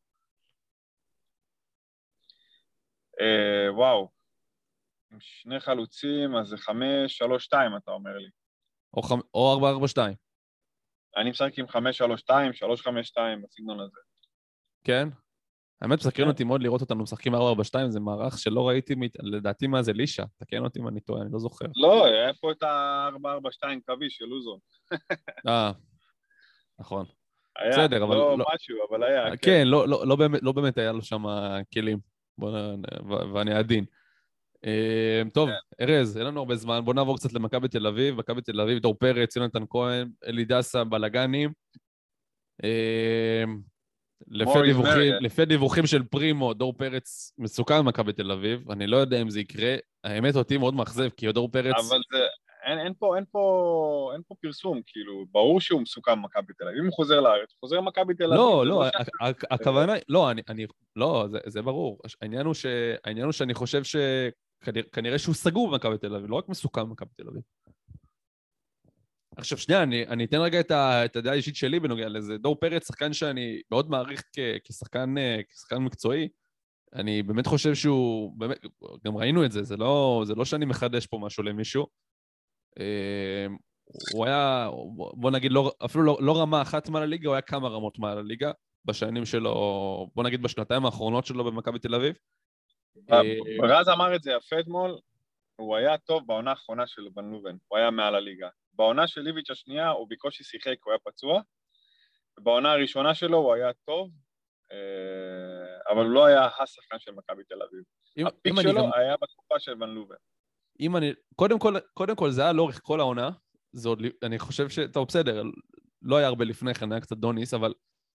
אה, וואו. עם שני חלוצים, אז זה חמש, שלוש, שתיים, אתה אומר לי. או, חמ... או ארבע, ארבע, שתיים. אני משחק עם חמש, שלוש, שתיים, שלוש, חמש, שתיים, בסגנון הזה. כן? האמת, מסקרן אותי מאוד לראות אותנו משחקים ארבע ארבע שתיים, זה מערך שלא ראיתי, לדעתי מה זה לישה, תקן אותי אם אני טועה, אני לא זוכר. לא, היה פה את ה-ארבע ארבע שתיים קווי של לוזון. אה, נכון. היה, בסדר, אבל... לא לא, משהו, אבל היה. כן, כן לא, לא, לא, באמת, לא באמת היה לו שם כלים, בוא, ואני עדין. טוב, ארז, אין לנו הרבה זמן, בוא נעבור קצת למכבי תל אביב, מכבי תל אביב, דור פרץ, יונתן כהן, אלי דסה, בלגנים. לפי דיווחים, לפי דיווחים של פרימו, דור פרץ מסוכן במכבי תל אביב, אני לא יודע אם זה יקרה, האמת אותי מאוד מאכזב, כי דור פרץ... אבל זה, אין, אין פה, אין פה, אין פה פרסום, כאילו, ברור שהוא מסוכן במכבי תל אביב, אם הוא חוזר לארץ, הוא חוזר במכבי תל אביב. לא, לא, הכוונה, לא, אני, לא, זה ברור, העניין הוא ש, העניין הוא שאני חושב שכנראה שהוא סגור במכבי תל אביב, לא רק מסוכן במכבי תל אביב. עכשיו, שנייה, אני, אני אתן רגע את, ה, את הדעה האישית שלי בנוגע לזה. דור פרץ, שחקן שאני מאוד מעריך כ, כשחקן, כשחקן מקצועי, אני באמת חושב שהוא, באמת, גם ראינו את זה, זה לא, זה לא שאני מחדש פה משהו למישהו. הוא היה, בוא נגיד, לא, אפילו לא, לא רמה אחת מעל הליגה, הוא היה כמה רמות מעל הליגה, בשנים שלו, בוא נגיד בשנתיים האחרונות שלו במכבי תל אביב. רז אמר את זה יפה אתמול, הוא היה טוב בעונה האחרונה של בן לובן, הוא היה מעל הליגה. בעונה של ליביץ' השנייה הוא בקושי שיחק, הוא היה פצוע, בעונה הראשונה שלו הוא היה טוב, אבל הוא לא היה השחקן של מכבי תל אביב. הפיק שלו גם... היה בתקופה של בן לובן. אם אני, קודם כל, קודם כל זה היה לאורך כל העונה, זה עוד, אני חושב ש... טוב, בסדר, לא היה הרבה לפני כן, היה קצת דוניס, אבל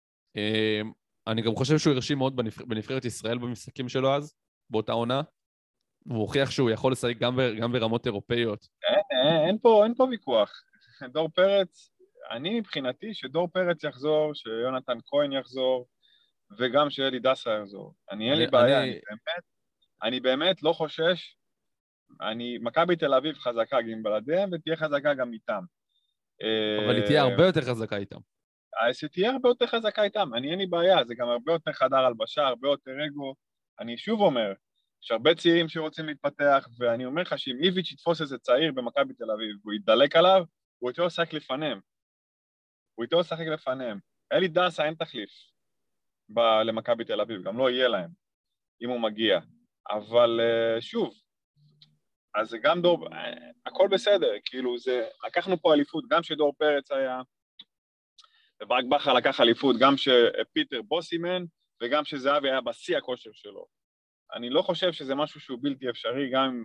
אה, אני גם חושב שהוא הרשים מאוד בנבח... בנבחרת ישראל במשחקים שלו אז, באותה עונה, והוא הוכיח שהוא יכול לשחק גם, ב... גם ברמות אירופאיות. אין, אין, אין פה, אין פה ויכוח. דור פרץ, אני מבחינתי שדור פרץ יחזור, שיונתן כהן יחזור, וגם שאלי דסה יחזור. אני אין לי בעיה, אני באמת, אני באמת לא חושש, אני, מכבי תל אביב חזקה גם בלעדיהם, ותהיה חזקה גם איתם. אבל היא תהיה הרבה יותר חזקה איתם. אז היא תהיה הרבה יותר חזקה איתם, אני אין לי בעיה, זה גם הרבה יותר חדר הלבשה, הרבה יותר אגו. אני שוב אומר, יש הרבה צעירים שרוצים להתפתח, ואני אומר לך שאם איביץ' יתפוס איזה צעיר במכבי תל אביב, והוא ידלק עליו, הוא יותר שחק לפניהם. הוא יותר שחק לפניהם. אלי דסה אין תחליף ב- למכבי תל אביב, גם לא יהיה להם, אם הוא מגיע. אבל שוב, אז זה גם דור, הכל בסדר, כאילו זה, לקחנו פה אליפות, גם שדור פרץ היה, וברק בכר לקח אליפות, גם שפיטר בוסימן, וגם שזהבי היה בשיא הכושר שלו. אני לא חושב שזה משהו שהוא בלתי אפשרי, גם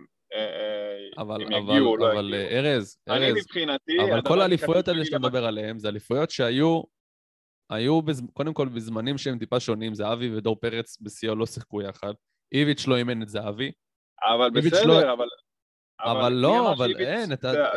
אבל, אם יגיעו או לא אבל, יגיעו. אבל ארז, אני ארז, מבחינתי... אבל כל האליפויות האלה שאתה מדבר עליהן, זה אליפויות שהיו, היו בז... קודם כל בזמנים שהם טיפה שונים, זהבי ודור פרץ בשיאו לא שיחקו יחד, איביץ' לא אימן את זהבי. אבל בסדר, לא... אבל... אבל לא, אבל אין,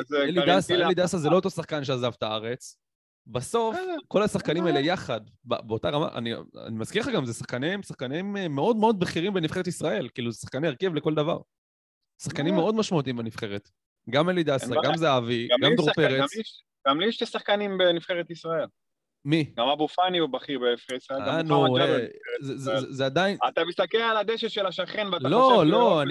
אלי דסה זה לא אותו שחקן שעזב את הארץ. בסוף, כל השחקנים האלה יחד, באותה רמה, אני מזכיר לך גם, זה שחקנים, שחקנים מאוד מאוד בכירים בנבחרת ישראל, כאילו זה שחקני הרכב לכל דבר. שחקנים מאוד משמעותיים בנבחרת. גם אלי דסה, גם זהבי, גם דור פרץ. גם לי יש שחקנים בנבחרת ישראל. מי? גם אבו פאני הוא בכיר בנבחרת ישראל. אה, נו, זה עדיין... אתה מסתכל על הדשא של השכן ואתה חושב... לא, לא,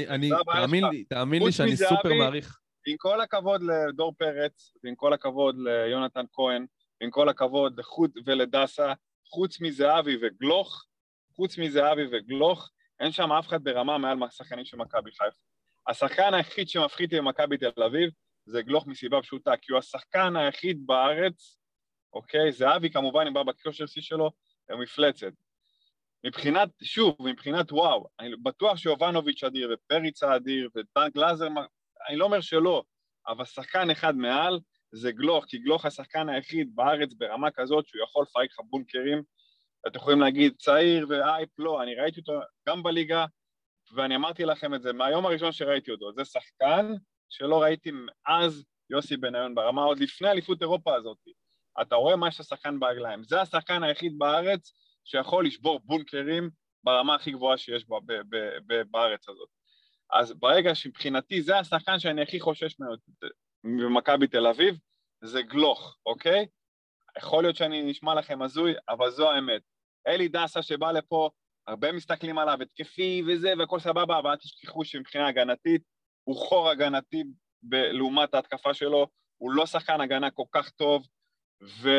תאמין לי שאני סופר מעריך. עם כל הכבוד לדור פרץ, ועם כל הכבוד ליונתן כהן, ועם כל הכבוד לחוד ולדסה, חוץ מזהבי וגלוך, חוץ מזהבי וגלוך, אין שם אף אחד ברמה מעל השחקנים של מכבי חיפה. השחקן היחיד שמפחית עם מכבי תל אביב, זה גלוך מסיבה פשוטה, כי הוא השחקן היחיד בארץ, אוקיי, זהבי כמובן אם בא בכושר שיא שלו, הוא מפלצת. מבחינת, שוב, מבחינת וואו, אני בטוח שיובנוביץ' אדיר ופריצה אדיר ודן גלאזר, אני לא אומר שלא, אבל שחקן אחד מעל זה גלוך, כי גלוך השחקן היחיד בארץ ברמה כזאת שהוא יכול לפייק לך בונקרים, אתם יכולים להגיד צעיר ואייפ, לא, אני ראיתי אותו גם בליגה, ואני אמרתי לכם את זה מהיום הראשון שראיתי אותו, זה שחקן שלא ראיתי מאז יוסי בניון ברמה, עוד לפני אליפות אירופה הזאת. אתה רואה מה יש לשחקן ברגליים, זה השחקן היחיד בארץ שיכול לשבור בונקרים ברמה הכי גבוהה שיש בה, ב- ב- ב- בארץ הזאת. אז ברגע שמבחינתי זה השחקן שאני הכי חושש במכבי תל אביב, זה גלוך, אוקיי? יכול להיות שאני נשמע לכם הזוי, אבל זו האמת. אלי דסה שבא לפה, הרבה מסתכלים עליו, התקפי וזה, והכל סבבה, אבל תשכחו שמבחינה הגנתית, הוא חור הגנתי לעומת ההתקפה שלו, הוא לא שחקן הגנה כל כך טוב, ו...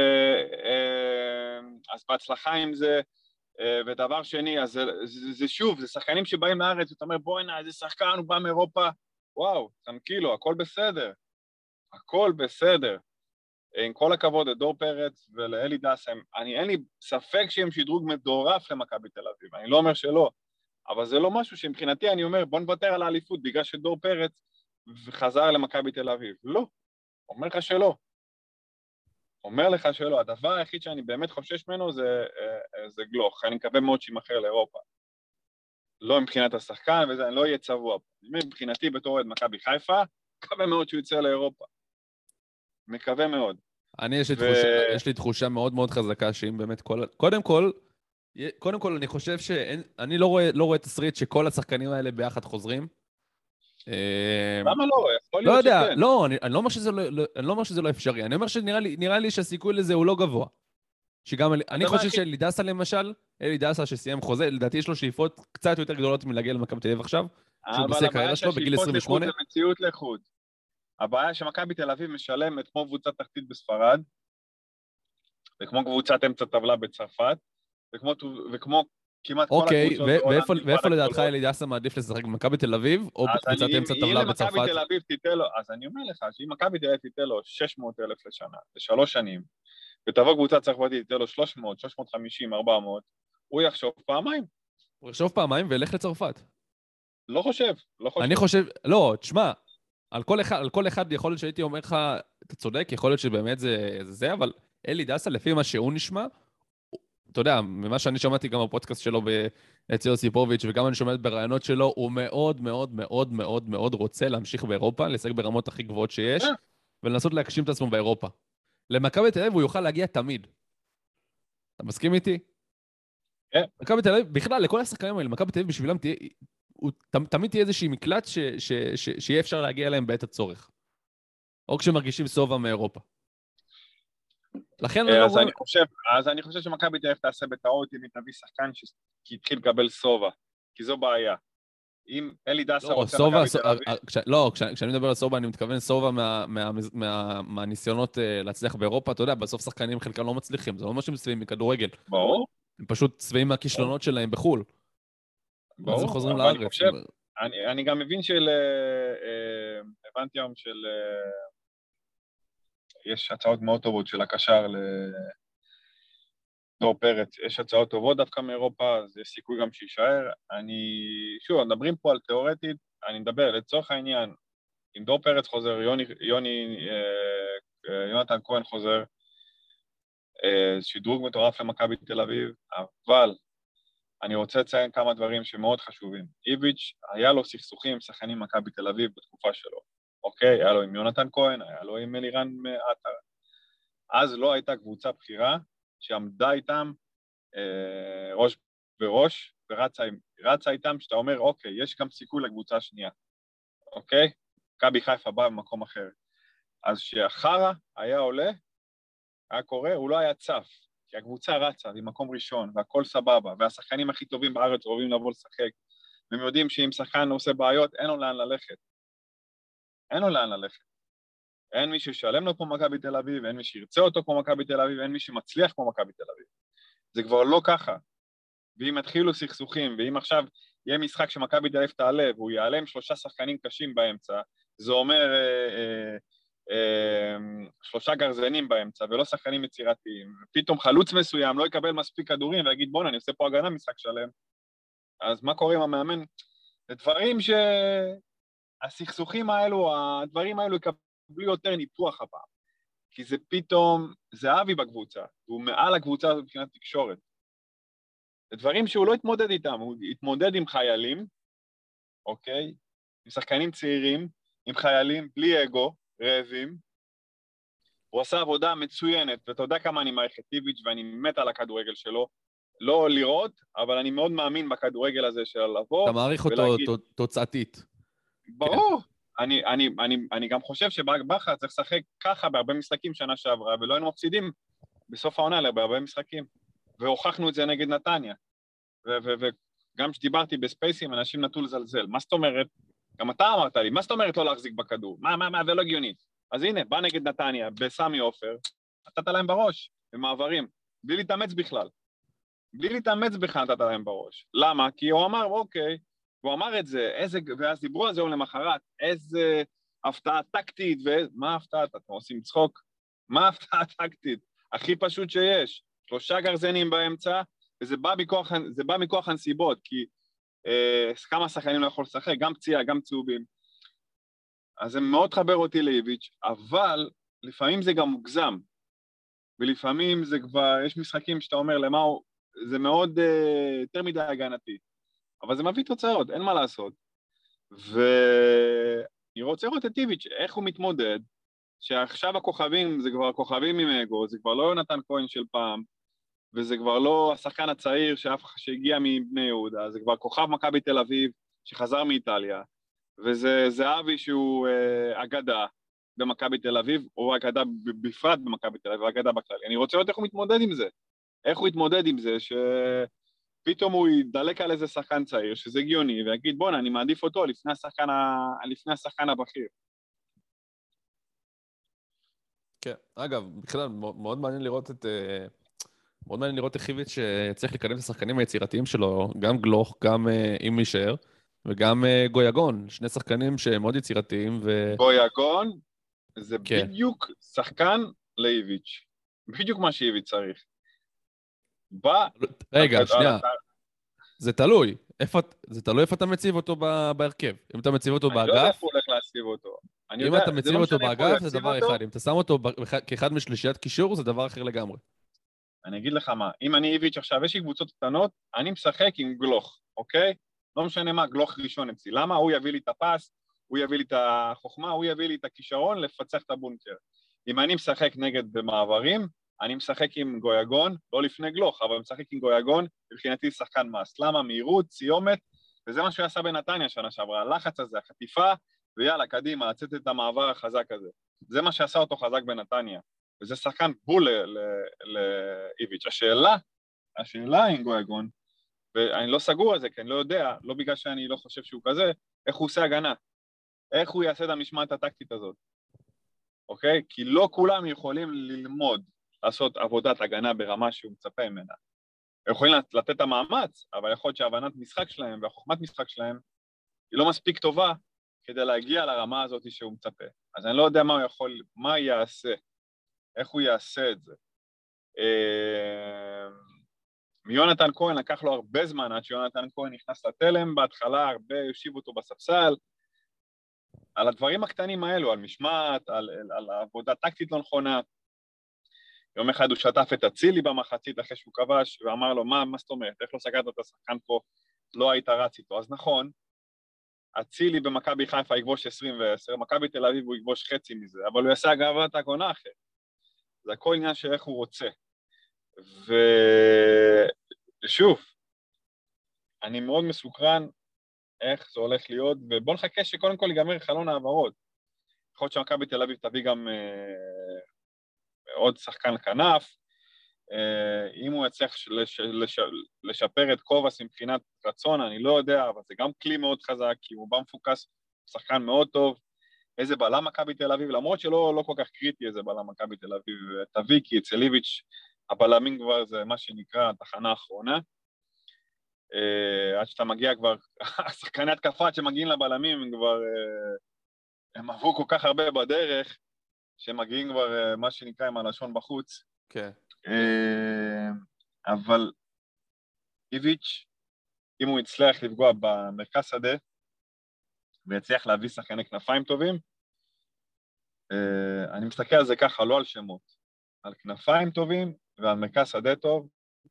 אז בהצלחה עם זה, ודבר שני, אז זה, זה, זה שוב, זה שחקנים שבאים לארץ, אתה אומר, בוא הנה, איזה שחקן, הוא בא מאירופה, וואו, תמקילו, הכל בסדר, הכל בסדר. עם כל הכבוד לדור פרץ ולאלי דסה, אני אין לי ספק שהם שדרוג מדורף למכבי תל אביב, אני לא אומר שלא, אבל זה לא משהו שמבחינתי אני אומר, בוא נוותר על האליפות, בגלל שדור פרץ וחזר למכבי תל אביב. לא, אומר לך שלא. אומר לך שלא, הדבר היחיד שאני באמת חושש ממנו זה, זה גלוך, אני מקווה מאוד שימחר לאירופה. לא מבחינת השחקן, וזה לא יהיה צבוע. מבחינתי בתור עד מכבי חיפה, מקווה מאוד שהוא יצא לאירופה. מקווה מאוד. אני, יש לי, ו... תחושה, יש לי תחושה מאוד מאוד חזקה, שאם באמת כל... קודם כל, קודם כל אני חושב שאני לא רואה, לא רואה תסריט שכל השחקנים האלה ביחד חוזרים. למה לא? יכול לא להיות יודע, שכן. לא, אני, אני לא אומר שזה לא, לא, אני לא אומר שזה לא אפשרי, אני אומר שנראה לי, נראה לי שהסיכוי לזה הוא לא גבוה. שגם, אני חושב הכי... שאלי דסה למשל, אלי דסה שסיים חוזה, לדעתי יש לו שאיפות קצת יותר גדולות מלהגיע למכבי תל אביב עכשיו, שהוא בשיא הקריירה שלו בגיל עשרים ושמונה. אבל הבעיה שהשאיפות לחוד זה מציאות לחוד. הבעיה שמכבי תל אביב משלמת כמו קבוצת תחתית בספרד, וכמו קבוצת אמצע טבלה בצרפת, וכמו, וכמו כמעט כל הקבוצות בהולנד. אוקיי, ואיפה לדעתך אלי דסה מעדיף לשחק במכבי תל אביב, או בקבוצת אמצע טבלה בצרפת? אם מכבי תל אביב תיתן לו, אז אני אומר לך, שאם מכבי תל אביב תיתן לו שש מאות אלף לשנה, לשלוש שנים, ותבוא קבוצת צרפתית, תיתן לו שלוש מאות, שלוש מאות וחמישים, ארבע מאות, הוא יחשוב פעמיים. הוא יחשוב פעמיים וילך לצרפת. לא חושב, לא חושב. אני חושב, לא, תשמע, על כל אחד, על כל אחד יכול להיות שהייתי אומר לך, אתה צודק, יכול להיות שבאמת זה זה, אבל אלי דסה, לפי מה שהוא נשמע, אתה יודע, ממה שאני שמעתי גם בפודקאסט שלו אצל יוסיפוביץ' וגם אני שומעת ברעיונות שלו, הוא מאוד מאוד מאוד מאוד מאוד רוצה להמשיך באירופה, לשחק ברמות הכי גבוהות שיש, ולנסות להגשים את עצמו באירופה. למכבי תל אביב הוא יוכל להגיע תמיד. אתה מסכים איתי? כן. מכבי תל אביב, בכלל, לכל השחקנים האלה, מכבי תל אביב בשבילם תהיה, הוא, תמיד תהיה איזושהי מקלט ש, ש, ש, שיהיה אפשר להגיע אליהם בעת הצורך. או כשמרגישים סובה מאירופה. לכן אני לא אז רואה... אני חושב, אז אני חושב שמכבי תל אביב תעשה בטעות אם היא תביא שחקן שהתחיל לקבל סובה, כי זו בעיה. אם אלי דסה רוצה מכבי תל אביב... לא, כשאני מדבר על סובה, אני מתכוון סובה מהניסיונות להצליח באירופה, אתה יודע, בסוף שחקנים חלקם לא מצליחים, זה לא מה שהם צבעים מכדורגל. ברור. הם פשוט צבעים מהכישלונות שלהם בחול. ברור. אז הם חוזרים לארץ. אני גם מבין של... הבנתי היום של... יש הצעות מאוד טובות של הקשר לדור פרץ, יש הצעות טובות דווקא מאירופה, אז יש סיכוי גם שישאר. אני, שוב, מדברים פה על תיאורטית, אני מדבר לצורך העניין, אם דור פרץ חוזר, יוני, יוני, יונתן כהן חוזר, שדרוג מטורף למכבי תל אביב, אבל אני רוצה לציין כמה דברים שמאוד חשובים. איביץ' היה לו סכסוכים עם שחקנים מכבי תל אביב בתקופה שלו. אוקיי, היה לו עם יונתן כהן, היה לו עם אלירן עטר. אז לא הייתה קבוצה בחירה שעמדה איתם אה, ראש בראש, ורצה איתם שאתה אומר, אוקיי, יש גם סיכוי לקבוצה השנייה. אוקיי? מכבי חיפה בא במקום אחר. אז כשהחרה היה עולה, היה קורה, הוא לא היה צף, כי הקבוצה רצה במקום ראשון, והכל סבבה, והשחקנים הכי טובים בארץ אוהבים לבוא לשחק, והם יודעים שאם שחקן עושה בעיות, אין לו לאן ללכת. אין לו לאן ללכת. אין מי שישלם לו כמו מכבי תל אביב, אין מי שירצה אותו כמו מכבי תל אביב, אין מי שמצליח כמו מכבי תל אביב. זה כבר לא ככה. ואם התחילו סכסוכים, ואם עכשיו יהיה משחק שמכבי תל אביב תעלה, והוא יעלה עם שלושה שחקנים קשים באמצע, זה אומר אה, אה, אה, שלושה גרזנים באמצע, ולא שחקנים יצירתיים. פתאום חלוץ מסוים לא יקבל מספיק כדורים, ויגיד, בוא, אני עושה פה הגנה משחק שלם. אז מה קורה עם המאמן? זה דברים ש... הסכסוכים האלו, הדברים האלו יקבלו יותר ניתוח הפעם, כי זה פתאום, זה אבי בקבוצה, והוא מעל הקבוצה הזאת מבחינת תקשורת. זה דברים שהוא לא התמודד איתם, הוא התמודד עם חיילים, אוקיי? עם שחקנים צעירים, עם חיילים, בלי אגו, רעבים. הוא עשה עבודה מצוינת, ואתה יודע כמה אני מעריך את איביץ' ואני מת על הכדורגל שלו, לא לראות, אבל אני מאוד מאמין בכדורגל הזה של לבוא. אתה מעריך אותו ולהגיד... תוצאתית. ברור. אני, אני, אני, אני גם חושב שברק בכר צריך לשחק ככה בהרבה משחקים שנה שעברה, ולא היינו מפסידים בסוף העונה בהרבה משחקים. והוכחנו את זה נגד נתניה. וגם כשדיברתי בספייסים, אנשים נטו לזלזל. מה זאת אומרת? גם אתה אמרת לי, מה זאת אומרת לא להחזיק בכדור? מה, מה, מה, זה לא הגיוני. אז הנה, בא נגד נתניה, בסמי עופר, נתת להם בראש, במעברים, בלי להתאמץ בכלל. בלי להתאמץ בכלל נתת להם בראש. למה? כי הוא אמר, אוקיי, הוא אמר את זה, איזה, ואז דיברו על זה יום למחרת, איזה הפתעה טקטית, ומה ההפתעה? אתם עושים צחוק? מה ההפתעה טקטית? הכי פשוט שיש. שלושה גרזנים באמצע, וזה בא מכוח, זה בא מכוח הנסיבות, כי אה, כמה שחקנים לא יכול לשחק, גם פציעה, גם צהובים. אז זה מאוד חבר אותי לאיביץ', אבל לפעמים זה גם מוגזם, ולפעמים זה כבר, יש משחקים שאתה אומר למה הוא, זה מאוד אה, יותר מדי הגנתי. אבל זה מביא תוצאות, אין מה לעשות. ואני רוצה לראות את איביץ', איך הוא מתמודד, שעכשיו הכוכבים, זה כבר כוכבים עם אגו, זה כבר לא יונתן כהן של פעם, וזה כבר לא השחקן הצעיר שאף שהגיע מבני יהודה, זה כבר כוכב מכבי תל אביב שחזר מאיטליה, וזה זהבי שהוא אה, אגדה במכבי תל אביב, או אגדה בפרט במכבי תל אביב, או אגדה בכללי. אני רוצה לראות איך הוא מתמודד עם זה. איך הוא יתמודד עם זה, שפתאום הוא ידלק על איזה שחקן צעיר, שזה הגיוני, ויגיד, בוא'נה, אני מעדיף אותו לפני השחקן, ה... לפני השחקן הבכיר. כן, אגב, בכלל, מאוד מעניין לראות את... מאוד מעניין לראות איך איביץ' שצריך לקדם את השחקנים היצירתיים שלו, גם גלוך, גם אם יישאר, וגם גויגון, שני שחקנים שהם מאוד יצירתיים ו... גויגון זה כן. בדיוק שחקן לאיביץ'. בדיוק מה שאיביץ' צריך. בא... רגע, שנייה. זה תלוי. איפה, זה תלוי איפה אתה מציב אותו בהרכב. אם אתה מציב אותו באגף... אני לא יודע איך הוא הולך להציב אותו. אם אתה מציב אותו באגף, זה דבר אחד. אם אתה שם אותו כאחד משלישיית קישור, זה דבר אחר לגמרי. אני אגיד לך מה, אם אני איביץ' עכשיו, יש לי קבוצות קטנות, אני משחק עם גלוך, אוקיי? לא משנה מה, גלוך ראשון אצלי. למה? הוא יביא לי את הפס, הוא יביא לי את החוכמה, הוא יביא לי את הכישרון לפצח את הבונקר. אם אני משחק נגד במעברים, אני משחק עם גויגון, לא לפני גלוך, אבל משחק עם גויגון, מבחינתי שחקן מס. למה? מהירות, סיומת, וזה מה שהוא עשה בנתניה שנה שעברה, הלחץ הזה, החטיפה, ויאללה, קדימה, לצאת את המעבר החזק הזה. זה מה שעשה אותו חזק בנתניה. וזה שחקן בול לאיביץ'. השאלה, השאלה עם גויגון, ואני לא סגור על זה, כי אני לא יודע, לא בגלל שאני לא חושב שהוא כזה, איך הוא עושה הגנה, איך הוא יעשה את המשמעת הטקטית הזאת, אוקיי? כי לא כולם יכולים ללמוד, לעשות עבודת הגנה ברמה שהוא מצפה ממנה. הם יכולים לתת את המאמץ, אבל יכול להיות שהבנת משחק שלהם והחוכמת משחק שלהם היא לא מספיק טובה כדי להגיע לרמה הזאת שהוא מצפה. אז אני לא יודע מה הוא יכול, מה יעשה, איך הוא יעשה את זה. מיונתן כהן לקח לו הרבה זמן עד שיונתן כהן נכנס לתלם, בהתחלה הרבה יושיב אותו בספסל, על הדברים הקטנים האלו, על משמעת, על, על, על עבודה טקטית לא נכונה. יום אחד הוא שטף את הצילי במחצית אחרי שהוא כבש, ואמר לו, מה, מה זאת אומרת, איך לא סגרת את השחקן פה, לא היית רץ איתו. אז נכון, הצילי במכבי חיפה יגבוש עשרים ועשר, מכבי תל אביב הוא יגבוש חצי מזה, אבל הוא יעשה הגבת הגונה אחרת. זה הכל עניין של איך הוא רוצה. ושוב, אני מאוד מסוקרן איך זה הולך להיות, ובוא נחכה שקודם כל ייגמר חלון העברות. יכול להיות שמכבי תל אביב תביא גם אה, עוד שחקן כנף, אה, אם הוא יצליח לש, לש, לשפר את קובס מבחינת רצון, אני לא יודע, אבל זה גם כלי מאוד חזק, כי הוא בא מפוקס, שחקן מאוד טוב, איזה בלם מכבי תל אביב, למרות שלא לא כל כך קריטי איזה בלם מכבי תל אביב, תביא, כי אצל איביץ' הבלמים כבר זה מה שנקרא התחנה האחרונה, עד שאתה מגיע כבר, השחקני התקפה עד שמגיעים לבלמים, הם כבר, הם עברו כל כך הרבה בדרך, שהם מגיעים כבר מה שנקרא עם הלשון בחוץ. כן. אבל איביץ', אם הוא יצליח לפגוע במרכז שדה, ויצליח להביא שחקני כנפיים טובים, אני מסתכל על זה ככה, לא על שמות, על כנפיים טובים ועל מרכז שדה טוב,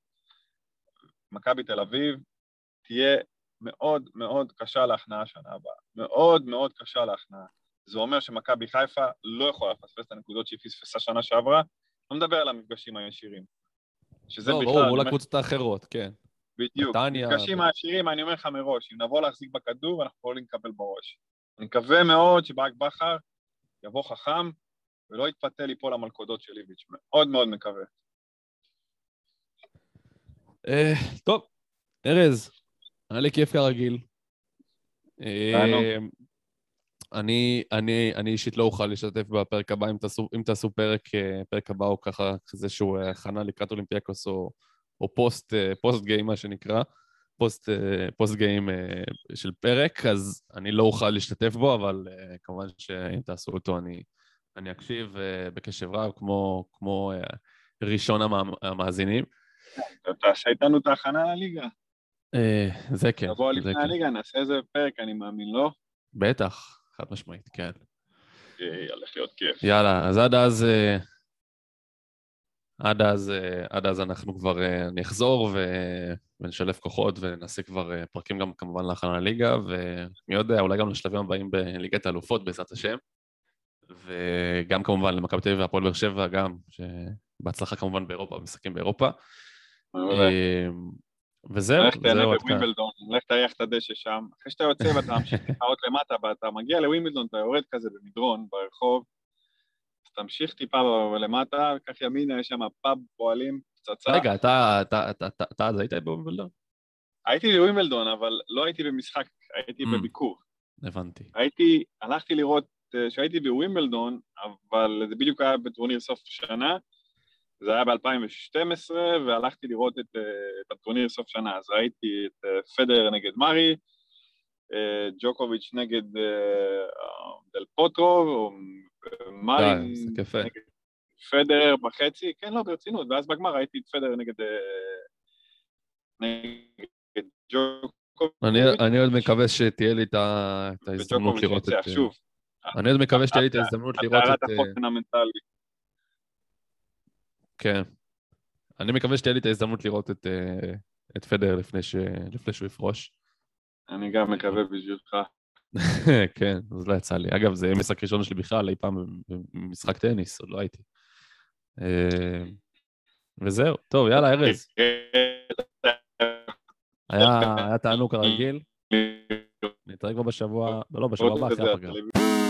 מכבי תל אביב תהיה מאוד מאוד קשה להכנעה שנה הבאה, מאוד מאוד קשה להכנעה. זה אומר שמכבי חיפה לא יכולה לפספס את הנקודות שהיא פספסה שנה שעברה, לא מדבר על המפגשים הישירים. שזה לא, בכלל... ברור, מול הקבוצות האחרות, כן. בדיוק, מפגשים הישירים, אני אומר לך מראש, אם נבוא להחזיק בכדור, אנחנו יכולים לקבל בראש. אני מקווה מאוד שברק בכר יבוא חכם, ולא יתפתה ליפול למלכודות של איביץ', מאוד מאוד מקווה. טוב, ארז, היה לי כיף כרגיל. אני, אני, אני אישית לא אוכל להשתתף בפרק הבא, אם תעשו, אם תעשו פרק, פרק הבא או ככה, איזשהו הכנה לקראת אולימפיאקוס או, או פוסט, פוסט גיים, מה שנקרא, פוסט, פוסט גיים של פרק, אז אני לא אוכל להשתתף בו, אבל כמובן שאם תעשו אותו, אני, אני אקשיב בקשב רב, כמו, כמו ראשון המאזינים. תעשה איתנו את ההכנה לליגה. זה כן. תבוא לפני הליגה, נעשה איזה פרק, אני מאמין, לא? בטח. חד משמעית, כן. הולך להיות כיף. יאללה, אז עד אז, עד אז, עד אז אנחנו כבר נחזור ונשלב כוחות ונעשה כבר פרקים גם כמובן להכנה לליגה, ומי יודע, אולי גם לשלבים הבאים בליגת האלופות בעזרת השם, וגם כמובן למכבי תל אביב והפועל באר שבע, גם בהצלחה כמובן באירופה, במשחקים באירופה. וזהו, לך תהנה זהו עד כאן. בווימבלדון, לך תריח את הדשא שם, אחרי שאתה יוצא ואתה ממשיך להתחרות למטה, ואתה מגיע לווימבלדון, אתה יורד כזה במדרון, ברחוב, אז תמשיך טיפה למטה, וכך ימינה, יש שם פאב, פועלים, פצצה. רגע, אתה, אתה, אתה, אתה, אתה אז היית בווימבלדון? הייתי בווימבלדון, אבל לא הייתי במשחק, הייתי Mm. בביקור. הבנתי. הייתי, הלכתי לראות שהייתי בווימבלדון, אבל זה בדיוק היה בטורניר סוף שנה, זה היה ב-אלפיים ושתים עשרה, והלכתי לראות את, את הטורניר סוף שנה, אז ראיתי את פדר נגד מארי, ג'וקוביץ' נגד דל פוטרו, מארי נגד פדר בחצי, כן, לא, ברצינות, ואז בגמר ראיתי את פדר נגד, נגד ג'וקוביץ'. אני, אני עוד מקווה שתהיה לי את ההזדמנות לראות את... שוב. אני עוד מקווה שתהיה לי את ההזדמנות לראות את... התארת החוסן המנטלי. כן. אני מקווה שתהיה לי את ההזדמנות לראות את, את פדר לפני, ש... לפני שהוא יפרוש. אני גם מקווה בשבילך. כן, אז לא יצא לי. אגב, זה משחק ראשון שלי בכלל, אי פעם במשחק טניס, עוד לא הייתי. וזהו, טוב, יאללה, ארז. היה, היה תענוג כרגיל. נתראה כבר בשבוע, לא, בשבוע הבא, אחרי הפגרה.